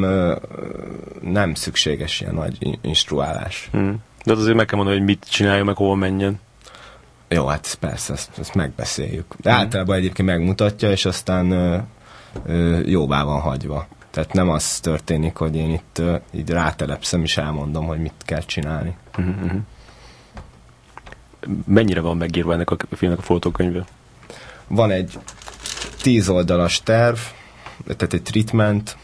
nem szükséges ilyen nagy instruálás. Hmm. De azért meg kell mondani, hogy mit csináljon, meg hova menjen. Jó, hát persze, ezt, ezt megbeszéljük. De hmm. általában egyébként megmutatja, és aztán ö, ö, jóvá van hagyva. Tehát nem az történik, hogy én itt ö, így rátelepszem, és elmondom, hogy mit kell csinálni. Uh-huh. Mennyire van megírva ennek a filmnek a forgatókönyve? Van egy tíz oldalas terv, tehát egy treatment,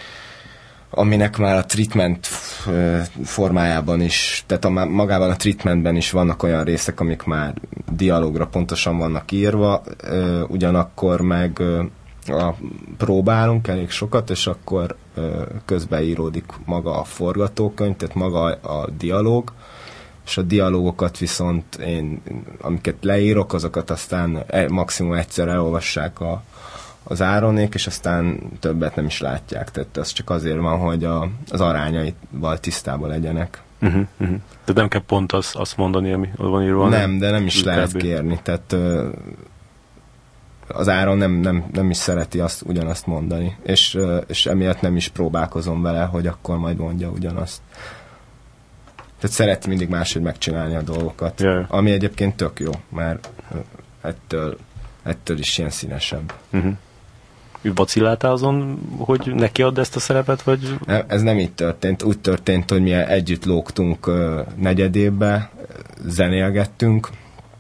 aminek már a treatment formájában is, tehát a, magában a treatmentben is vannak olyan részek, amik már dialógra pontosan vannak írva, ugyanakkor meg a, próbálunk elég sokat, és akkor közbeíródik maga a forgatókönyv, tehát maga a, a dialóg, és a dialógokat viszont én, amiket leírok, azokat aztán maximum egyszer elolvassák a az Áronék, és aztán többet nem is látják. Tehát az csak azért van, hogy a, az arányaival tisztában legyenek. Uh-huh, uh-huh. Tehát nem kell pont azt, azt mondani, ami ott van írva. Nem, de nem is lehet kérni. Tehát uh, az Áron nem, nem, nem is szereti azt, ugyanazt mondani. És, uh, és emiatt nem is próbálkozom vele, hogy akkor majd mondja ugyanazt. Tehát szereti mindig máshogy megcsinálni a dolgokat. Yeah. Ami egyébként tök jó, mert uh, ettől, ettől is ilyen színesebb. Uh-huh. Vacilláltál azon, hogy neki add ezt a szerepet, vagy? Ez nem így történt. Úgy történt, hogy mi együtt lógtunk uh, negyedébe, zenélgettünk.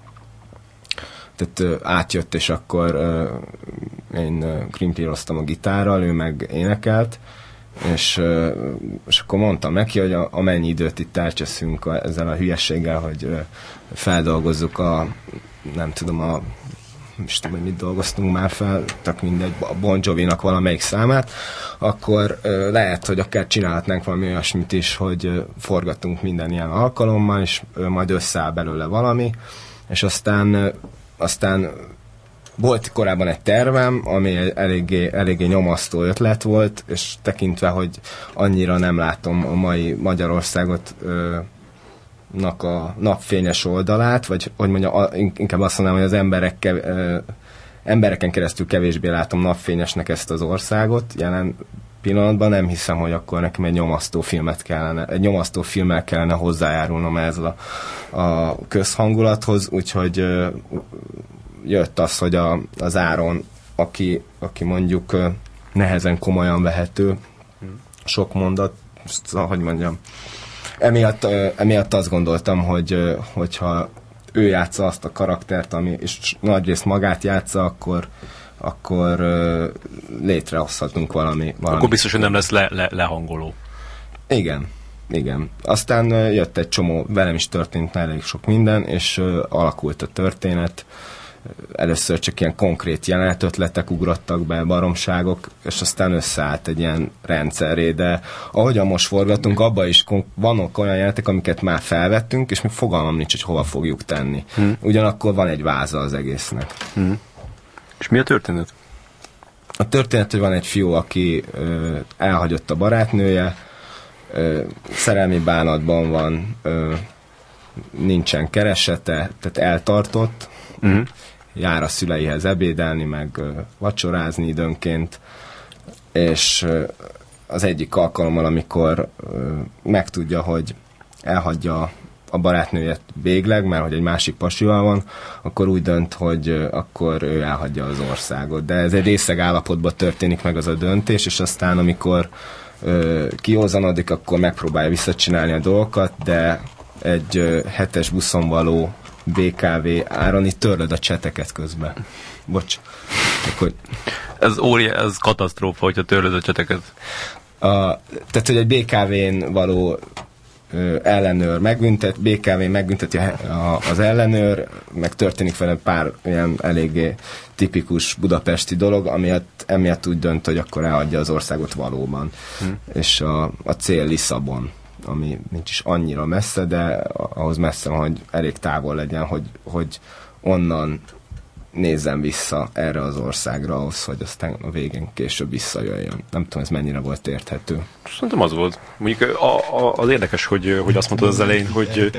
Tehát uh, átjött, és akkor uh, én uh, krimpíroztam a gitárral, ő meg énekelt, és, uh, és akkor mondtam neki, hogy a, amennyi időt itt elcseszünk a, ezzel a hülyességgel, hogy uh, feldolgozzuk a, nem tudom, a és tudom, hogy mit dolgoztunk már fel, tak mindegy, a Bon Jovi-nak valamelyik számát, akkor ö, lehet, hogy akár csinálhatnánk valami olyasmit is, hogy ö, forgatunk minden ilyen alkalommal, és ö, majd összeáll belőle valami, és aztán, ö, aztán volt korábban egy tervem, ami eléggé, eléggé nyomasztó ötlet volt, és tekintve, hogy annyira nem látom a mai Magyarországot ö, nak a napfényes oldalát, vagy hogy mondja, inkább azt mondanám, hogy az emberek kev, ö, embereken keresztül kevésbé látom napfényesnek ezt az országot. Jelen pillanatban nem hiszem, hogy akkor nekem egy nyomasztó filmet kellene, egy nyomasztó filmmel kellene hozzájárulnom ez a, a közhangulathoz, úgyhogy ö, jött az, hogy a, az Áron, aki, aki mondjuk ö, nehezen komolyan vehető, sok mondat, hogy mondjam, Emiatt, emiatt azt gondoltam, hogy hogyha ő játsza azt a karaktert, ami, és nagyrészt magát játsza, akkor, akkor létrehozhatunk valami, valami. Akkor biztos, hogy nem lesz le, le, lehangoló. Igen, igen. Aztán jött egy csomó, velem is történt elég sok minden, és alakult a történet. először csak ilyen konkrét jelenetötletek ugrottak be, baromságok, és aztán összeállt egy ilyen rendszerré, de ahogyan most forgatunk, abban is vannak olyan jelenetek, amiket már felvettünk, és még fogalmam nincs, hogy hova fogjuk tenni. Hmm. Ugyanakkor van egy váza az egésznek. Hmm. És mi a történet? A történet, hogy van egy fiú, aki ö, elhagyott a barátnője, ö, szerelmi bánatban van, ö, nincsen keresete, tehát eltartott, uh-huh. jár a szüleihez ebédelni, meg ö, vacsorázni időnként, és ö, az egyik alkalommal, amikor ö, megtudja, hogy elhagyja a barátnőjét végleg, mert hogy egy másik pasival van, akkor úgy dönt, hogy ö, akkor ő elhagyja az országot. De ez egy részeg állapotban történik meg az a döntés, és aztán amikor ö, kiózanodik, akkor megpróbálja visszacsinálni a dolgokat, de egy ö, hetes buszon való bé ká vé áron itt törlöd a cseteket közben. Bocs. Akkor... Ez óriás, ez katasztrófa, hogyha törlöd a cseteket. A, tehát, hogy egy bé ká vén való ö, ellenőr megbüntet, bé ká vé megbünteti a, a, az ellenőr, meg történik vele pár ilyen eléggé tipikus budapesti dolog, amiatt, emiatt úgy dönt, hogy akkor elhagyja az országot valóban. Hm. És a, a cél Lisszabon, ami nincs is annyira messze, de ahhoz messze, hogy elég távol legyen, hogy, hogy onnan nézzem vissza erre az országra, ahhoz, hogy aztán a végén később visszajöjjön. Nem tudom, ez mennyire volt érthető. Szerintem az volt. Mondjuk a, a, az érdekes, hogy, hogy azt mondtad az elején, hogy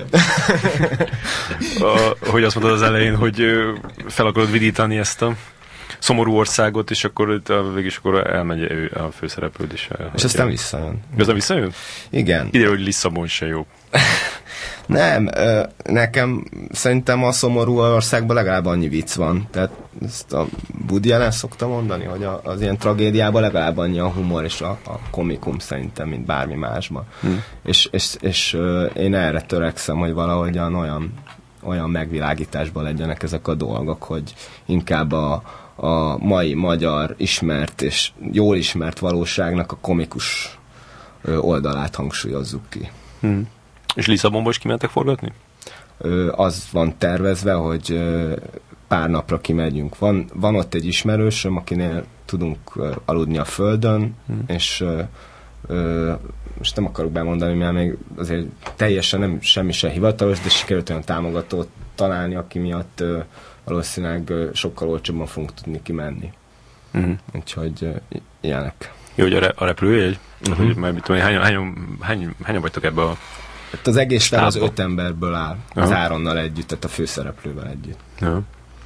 a, hogy azt mondtad az elején, hogy fel akarod vidítani ezt a szomorú országot, és akkor végig akkor elmegy ő, a főszereplőd is. És aztán visszajön. Aztán visszajön? Igen. Ide, hogy Lisszabon se jó. Nem, ö, nekem szerintem a szomorú országban legalább annyi vicc van. Tehát ezt a Woody Allen szokta mondani, hogy a, az ilyen tragédiában legalább annyi a humor és a, a komikum szerintem, mint bármi másban. Hmm. És, és, és ö, én erre törekszem, hogy valahogyan olyan, olyan megvilágításban legyenek ezek a dolgok, hogy inkább a, a mai magyar ismert és jól ismert valóságnak a komikus ö, oldalát hangsúlyozzuk ki. Hmm. És Lisszabonba is kimentek forgatni? Ö, az van tervezve, hogy ö, pár napra kimegyünk. Van, van ott egy ismerősöm, akinél tudunk ö, aludni a földön, hmm. és ö, ö, most nem akarok bemondani, mert még azért teljesen nem semmi se hivatalos, de sikerült olyan támogatót találni, aki miatt ö, valószínűleg ö, sokkal olcsóbban fogunk tudni kimenni. Hmm. Úgyhogy ö, ilyenek. Jó, hogy a, re- a repülőjegy? Uh-huh. Hogy, mert mit tudom, hányan, hányan, hányan, hányan vagytok ebbe a hát az egész fel az öt emberből áll, az uh-huh. Áronnal együtt, tehát a főszereplővel együtt. Uh-huh.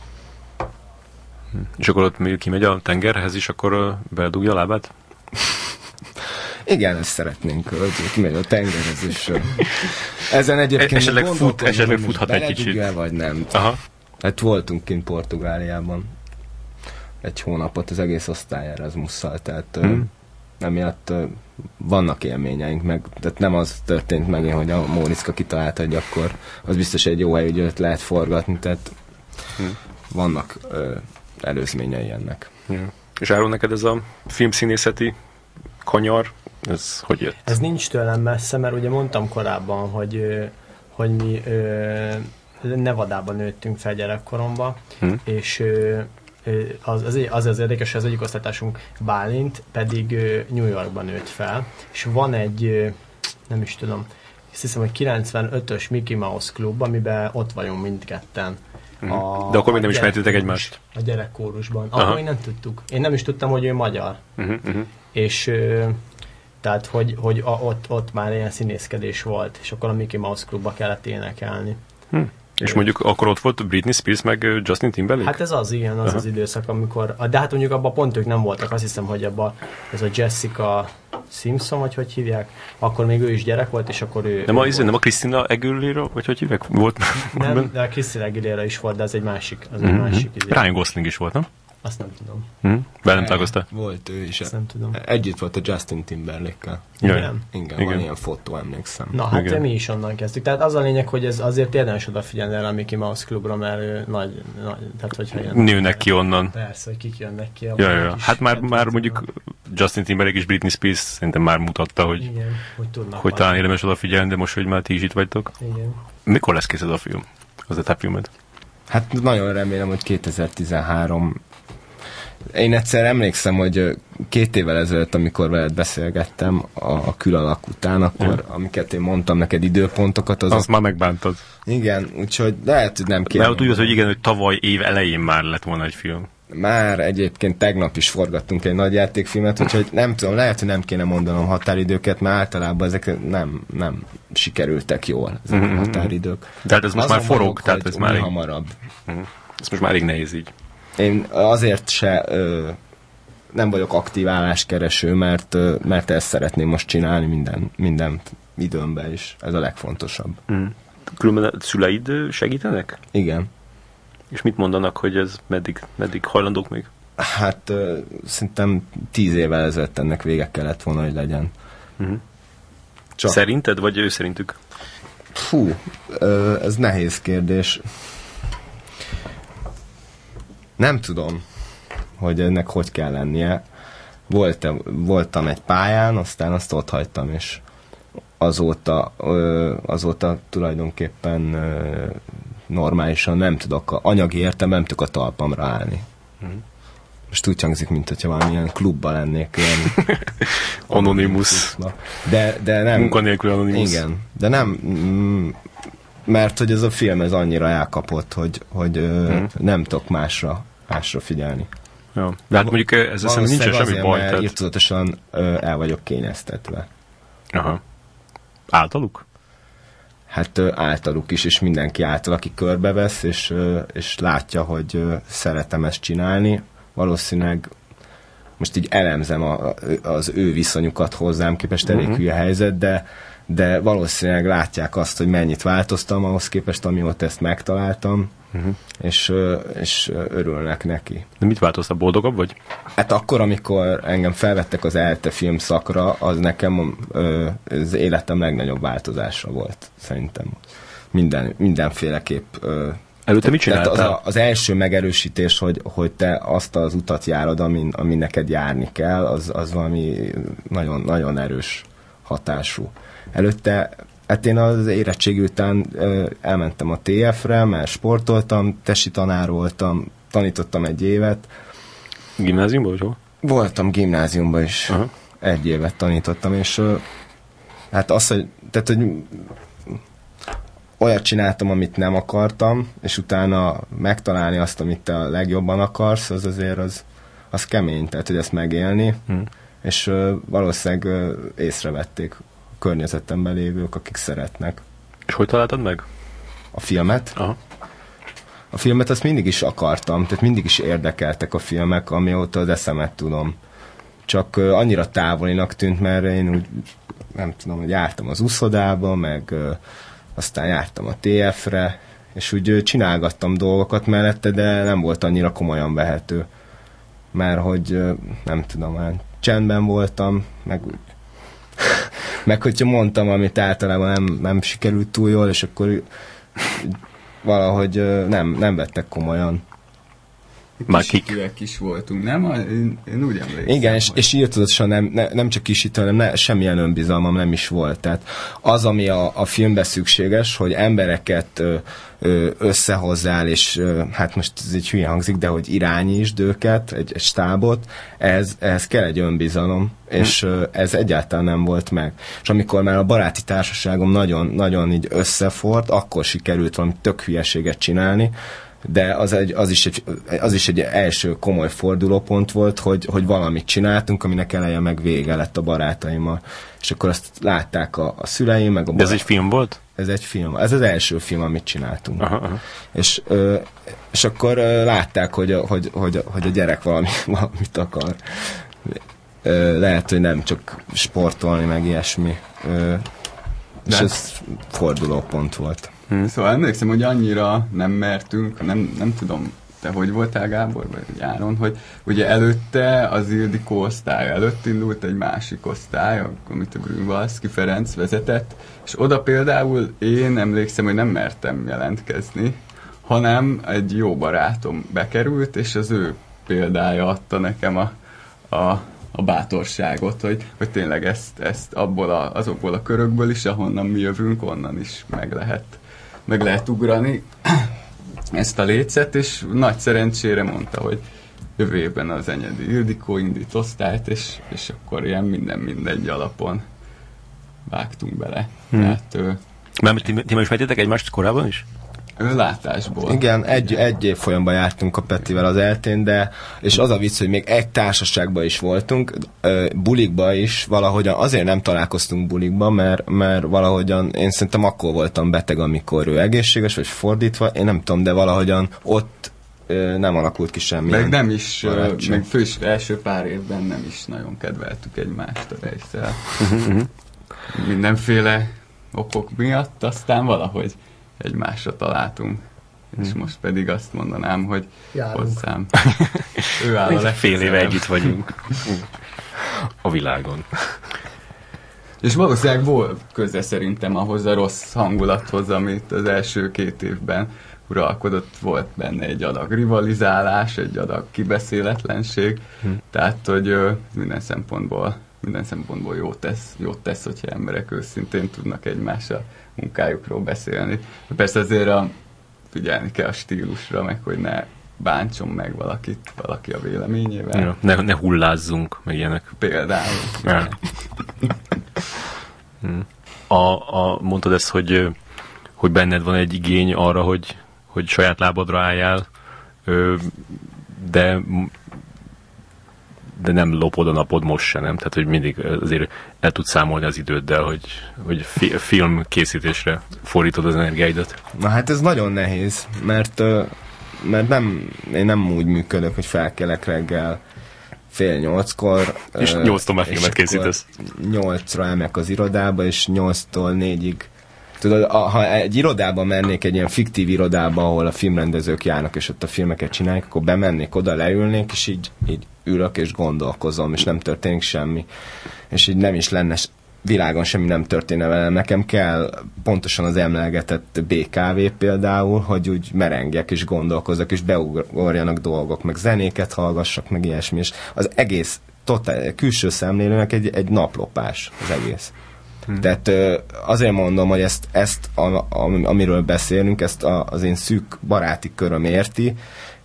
És akkor ott kimegy a tengerhez is, akkor beledugja a lábát? Igen, ezt szeretnénk, hogy kimegy a tengerhez is. Ezen egyébként esetleg, fut, esetleg futhat egy kicsit. Vagy nem. Aha. Hát voltunk kint Portugáliában egy hónapot, az egész osztályára az musszal, tehát hmm. emiatt vannak élményeink, meg, tehát nem az történt meg, hogy a Móriczka kitalálta, hogy akkor az biztos egy jó hely, hogy őt lehet forgatni, tehát hmm. vannak ö, előzményei ennek. Ja. És Áron, neked ez a filmszínészeti kanyar, ez hogy jött? Ez nincs tőlem messze, mert ugye mondtam korábban, hogy, hogy mi ö, Nevadában nőttünk fel gyerekkoromban, hmm. és ö, Az az, az az érdekes, hogy az egyik osztálytársunk Bálint pedig New Yorkban nőtt fel, és van egy, nem is tudom, azt hiszem, hogy kilencvenötös Mickey Mouse klub, amiben ott vagyunk mindketten. A, De akkor még nem ismertétek egymást? A gyerekkórusban. Akkor még nem tudtuk. Én nem is tudtam, hogy ő magyar. Uh-huh, uh-huh. És tehát, hogy, hogy a, ott, ott már ilyen színészkedés volt, és akkor a Mickey Mouse klubba kellett énekelni. Hmm. És mondjuk akkor ott volt Britney Spears meg Justin Timberlake? Hát ez az, igen, az Aha. az időszak, amikor... De hát mondjuk abban pont ők nem voltak, azt hiszem, hogy abban ez a Jessica Simpson, vagy hogy hívják, akkor még ő is gyerek volt, és akkor ő... Nem, ő a, izé, nem a Christina Aguilera, vagy hogy hívják? Volt? Nem, de a Christina Aguilera is volt, de az egy másik. Az mm-hmm. egy másik izé. Ryan Gosling is volt, nem? Azt nem tudom. Mm. Be nem találkoztál? Volt ő is. Azt nem tudom. Együtt volt a Justin Timberlake-kel. Igen? Igen, Igen, Igen, van ilyen fotó, emlékszem. Na, hát Igen. mi is onnan kezdtük. Tehát az a lényeg, hogy ez azért érdemes odafigyelni erre a Mickey Mouse klubra, mert ő nagy, nagy tehát hogyha ilyen... Nőnek ki onnan. Persze, hogy kik jönnek ki. Ja, ja. Hát már, már mondjuk Justin Timberlake és Britney Spears szerintem már mutatta, hogy, Igen, hogy, tudnak hogy talán érdemes odafigyelni, de most, hogy már ti is itt vagytok. Igen. Mikor lesz kész ez a film? Az a te filmed? Hát nagyon remélem, hogy kétezer-tizenhárom. Én egyszer emlékszem, hogy két évvel ezelőtt, amikor veled beszélgettem a, a külalak után, akkor ja. amiket én mondtam neked időpontokat, az... Azt már megbántad. Igen, úgyhogy lehet, hogy nem kéne. Mert úgy az, hogy igen, hogy tavaly év elején már lett volna egy film. Már egyébként tegnap is forgattunk egy nagy játékfilmet, úgyhogy nem tudom, lehet, hogy nem kéne mondanom határidőket, mert általában ezek nem, nem sikerültek jól, ezek mm-hmm. a határidők. De hát ez most azon már forog, mondok, tehát ez már... hamarabb. Mm. Ez most már elég nehéz így. Én azért se ö, nem vagyok aktív álláskereső, mert, ö, mert ezt szeretném most csinálni minden, minden időmben is. Ez a legfontosabb. Mm. Különben a szüleid segítenek? Igen. És mit mondanak, hogy ez meddig, meddig hajlandók még? Hát ö, szerintem tíz évvel ezelőtt ennek vége kellett volna, hogy legyen. Mm. Csak... Szerinted, vagy ő szerintük? Fú, ö, ez nehéz kérdés. Nem tudom, hogy ennek hogy kell lennie. Voltam, voltam egy pályán, aztán azt ott hagytam, és azóta, ö, azóta tulajdonképpen ö, normálisan nem tudok, anyagi értelemben nem tudok a talpamra állni. Mm. Most úgy hangzik, mint hogyha valamilyen klubban lennék. Ilyen Anonymous. De, de nem. Munkanélkül Anonymous. Igen, de nem, mm, mert hogy ez a film ez annyira elkapott, hogy, hogy mm. nem tudok másra, másra figyelni. Ja. De hát mondjuk ezzel szemben nincsen semmi azért, baj. Mert írtozatosan el vagyok kényeztetve. Aha. Általuk? Hát általuk is, és mindenki által, aki körbevesz, és, és látja, hogy szeretem ezt csinálni. Valószínűleg most így elemzem a, az ő viszonyukat hozzám képest, elég uh-huh. hülye helyzet, de, de valószínűleg látják azt, hogy mennyit változtam ahhoz képest, amióta ezt megtaláltam, uh-huh. és, és örülnek neki. De mit változtál? Boldogabb vagy? Hát akkor, amikor engem felvettek az ELTE filmszakra, az nekem az életem legnagyobb változása volt, szerintem. Minden, mindenféleképp. Előtte mit csináltál? Az, a, az első megerősítés, hogy, hogy te azt az utat járod, amin, amin neked járni kell, az, az valami nagyon, nagyon erős hatású. Előtte, hát én az érettségi után ö, elmentem a té ef-re, mert sportoltam, tesi tanár voltam, tanítottam egy évet. Gimnáziumban vagy hol? Voltam gimnáziumban is. Aha. Egy évet tanítottam, és ö, hát az, hogy, tehát, hogy olyat csináltam, amit nem akartam, és utána megtalálni azt, amit te a legjobban akarsz, az azért az, az kemény, tehát, hogy ezt megélni, hmm. és ö, valószínűleg ö, észrevették a környezetemben lévők, akik szeretnek. És hogy találtad meg? A filmet? Aha. A filmet azt mindig is akartam, tehát mindig is érdekeltek a filmek, amióta az eszemet tudom. Csak ö, annyira távolinak tűnt, mert én úgy, nem tudom, hogy jártam az uszodába, meg ö, aztán jártam a té ef-re, és úgy csinálgattam dolgokat mellette, de nem volt annyira komolyan vehető. Mert hogy nem tudom, hát csendben voltam, meg úgy, meg hogyha mondtam, amit általában nem, nem sikerült túl jól, és akkor valahogy nem, nem vettek komolyan. Kisítőek is voltunk, nem? Én, én úgy emlékszem. Igen, és, és írtozatosan nem, ne, nem csak kisítő, hanem ne, semmilyen önbizalmam nem is volt. Tehát az, ami a, a filmben szükséges, hogy embereket ö, ö, összehozzál, és ö, hát most ez egy hülye hangzik, de hogy irányítsd őket, egy, egy stábot, ez, ehhez kell egy önbizalom, hm. és ö, ez egyáltalán nem volt meg. És amikor már a baráti társaságom nagyon, nagyon így összefort, akkor sikerült valami tök hülyeséget csinálni, de az, egy, az, is egy, az is egy első komoly fordulópont volt, hogy, hogy valamit csináltunk, aminek eleje meg vége lett a barátaimmal. És akkor azt látták a, a szüleim, meg a barát... De ez egy film volt? Ez egy film. Ez az első film, amit csináltunk. Aha, aha. És, ö, és akkor ö, látták, hogy a, hogy, hogy, hogy a gyerek valami, valamit akar. Ö, lehet, hogy nem csak sportolni, meg ilyesmi. Ö, és ez fordulópont volt. Hmm. Szóval emlékszem, hogy annyira nem mertünk, nem, nem tudom, te hogy voltál, Gábor, vagy Áron, hogy ugye előtte az Ildikó osztály előtt indult egy másik osztály, amit a Grünwaldzki Ferenc vezetett, és oda például én emlékszem, hogy nem mertem jelentkezni, hanem egy jó barátom bekerült, és az ő példája adta nekem a, a, a bátorságot, hogy, hogy tényleg ezt, ezt abból a, azokból a körökből is, ahonnan mi jövünk, onnan is meg lehet meg lehet ugrani. ezt a lécet, és nagy szerencsére mondta, hogy jövő évben az Enyedi Ildikó indít osztályt, és, és akkor ilyen minden mindegy alapon vágtunk bele. Hmm. Tehát, Mert ti, ti ismertétek egymást korábban is? Látásból. Igen, egy, egy év folyamban jártunk a Petivel az eltén, de és az a vicc, hogy még egy társaságban is voltunk, bulikba is valahogyan, azért nem találkoztunk bulikba, mert, mert valahogyan én szerintem akkor voltam beteg, amikor ő egészséges, vagy fordítva, én nem tudom, de valahogyan ott nem alakult ki semmi. Meg nem is, barátság. Meg fős első pár évben nem is nagyon kedveltük egymást a Rejsszel. Mindenféle okok miatt, aztán valahogy egymásra találtunk. És most pedig azt mondanám, hogy járunk. Hozzám. Ő áll a legközelebb. Fél éve együtt vagyunk a világon. És valószínűleg volt köze szerintem ahhoz a rossz hangulathoz, amit az első két évben uralkodott, volt benne egy adag rivalizálás, egy adag kibeszéletlenség, hm. tehát, hogy ö, minden szempontból minden szempontból jót tesz, jót tesz, hogyha emberek őszintén tudnak egymással munkájukról beszélni. Persze azért a, figyelni kell a stílusra, meg hogy ne bántson meg valakit, valaki a véleményével. Ja, ne, ne hullázzunk, meg ilyenek. Például. Ja. a, a, mondtad ezt, hogy, hogy benned van egy igény arra, hogy, hogy saját lábadra álljál, de de nem lopod a napod most se, nem? Tehát, hogy mindig azért el tudsz számolni az időddel, hogy, hogy fi, film készítésre fordítod az energiáidat. Na hát ez nagyon nehéz, mert, mert nem, én nem úgy működök, hogy felkelek reggel fél nyolckor. És nyolctól már filmet készítesz. Nyolcra elmegyek az irodába, és nyolctól négyig. Tudod, ha egy irodában mennék, egy ilyen fiktív irodába, ahol a filmrendezők járnak, és ott a filmeket csinálják, akkor bemennék oda, leülnék, és így, így ülök, és gondolkozom, és nem történik semmi. És így nem is lenne világon semmi nem történne velem. Nekem kell pontosan az emlegetett bé ká vé például, hogy úgy merengjek, és gondolkozzak, és beugorjanak dolgok, meg zenéket hallgassak, meg ilyesmi. És az egész totál, külső szemlélőnek egy, egy naplopás az egész. Hmm. Tehát azért mondom, hogy ezt, ezt a, amiről beszélünk, ezt a, az én szűk baráti köröm érti,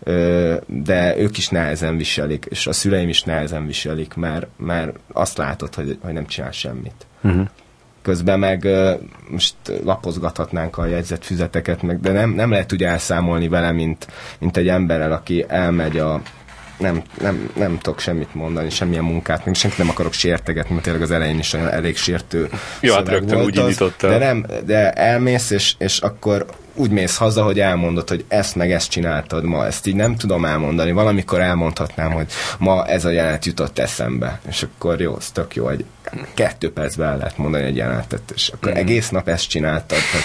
de ők is nehezen viselik, és a szüleim is nehezen viselik, mert, mert azt látod, hogy, hogy nem csinál semmit. Hmm. Közben meg most lapozgathatnánk a jegyzetfüzeteket, meg, de nem, nem lehet úgy elszámolni vele, mint, mint egy emberrel, aki elmegy a Nem, nem, nem tudok semmit mondani, semmilyen munkát, még senkit nem akarok sértegetni, mert tényleg az elején is olyan elég sértő jó, hát rögtön úgy indítottál. De, nem, de elmész, és, és akkor úgy mész haza, hogy elmondod, hogy ezt meg ezt csináltad ma, ezt így nem tudom elmondani. Valamikor elmondhatnám, hogy ma ez a jelenet jutott eszembe, és akkor jó, ez tök jó, egy kettő percben el lehet mondani egy jelenetet, és akkor mm. egész nap ezt csináltad. Tehát,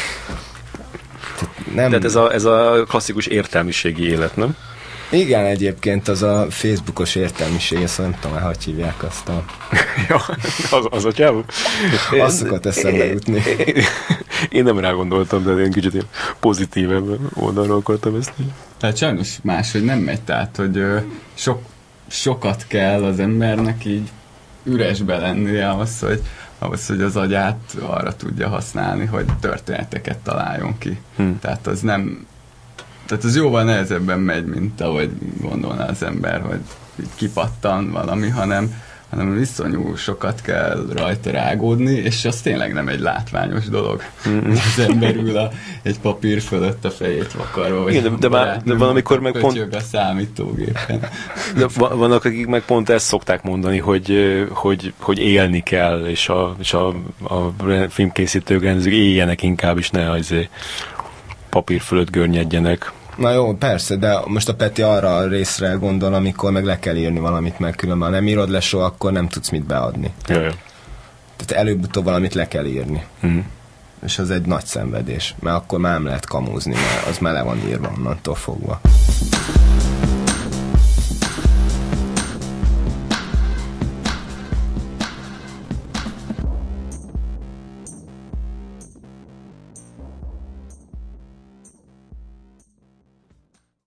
tehát nem... Tehát ez a, ez a klasszikus értelmiségi élet, nem? Igen, egyébként az a Facebookos értelmiség, ezt nem tudom, hogy hívják azt a... ja, az, az a csáv? Azt szokott eszembe jutni. Én, én nem rá gondoltam, de én kicsit ilyen pozitívebb oldalról akartam ezt. Tehát sajnos máshogy nem megy, tehát, hogy ö, sok, sokat kell az embernek így üresbe lennie ahhoz, hogy, ahhoz, hogy az agyát arra tudja használni, hogy történeteket találjon ki. Hmm. Tehát az nem... Tehát az jóval nehezebben megy, mint ahogy gondolná az ember, hogy így kipattan valami, hanem, hanem viszonyú sokat kell rajta rágódni, és az tényleg nem egy látványos dolog. Mm-hmm. Az ember ül a, egy papír fölött a fejét vakarva, vagy igen, de, de, már, de van, amikor meg pont... a számítógépen. De vannak, akik meg pont ezt szokták mondani, hogy, hogy, hogy élni kell, és a, és a, a filmkészítők, rendezők éljenek inkább, is ne azért papír fölött görnyedjenek. Na jó, persze, de most a Peti arra a részre gondol, amikor meg le kell írni valamit, mert különben ha nem írod le soha, akkor nem tudsz mit beadni. Jaj. Tehát előbb-utóbb valamit le kell írni. Mm. És az egy nagy szenvedés, mert akkor már nem lehet kamúzni, mert az már le van írva onnantól fogva.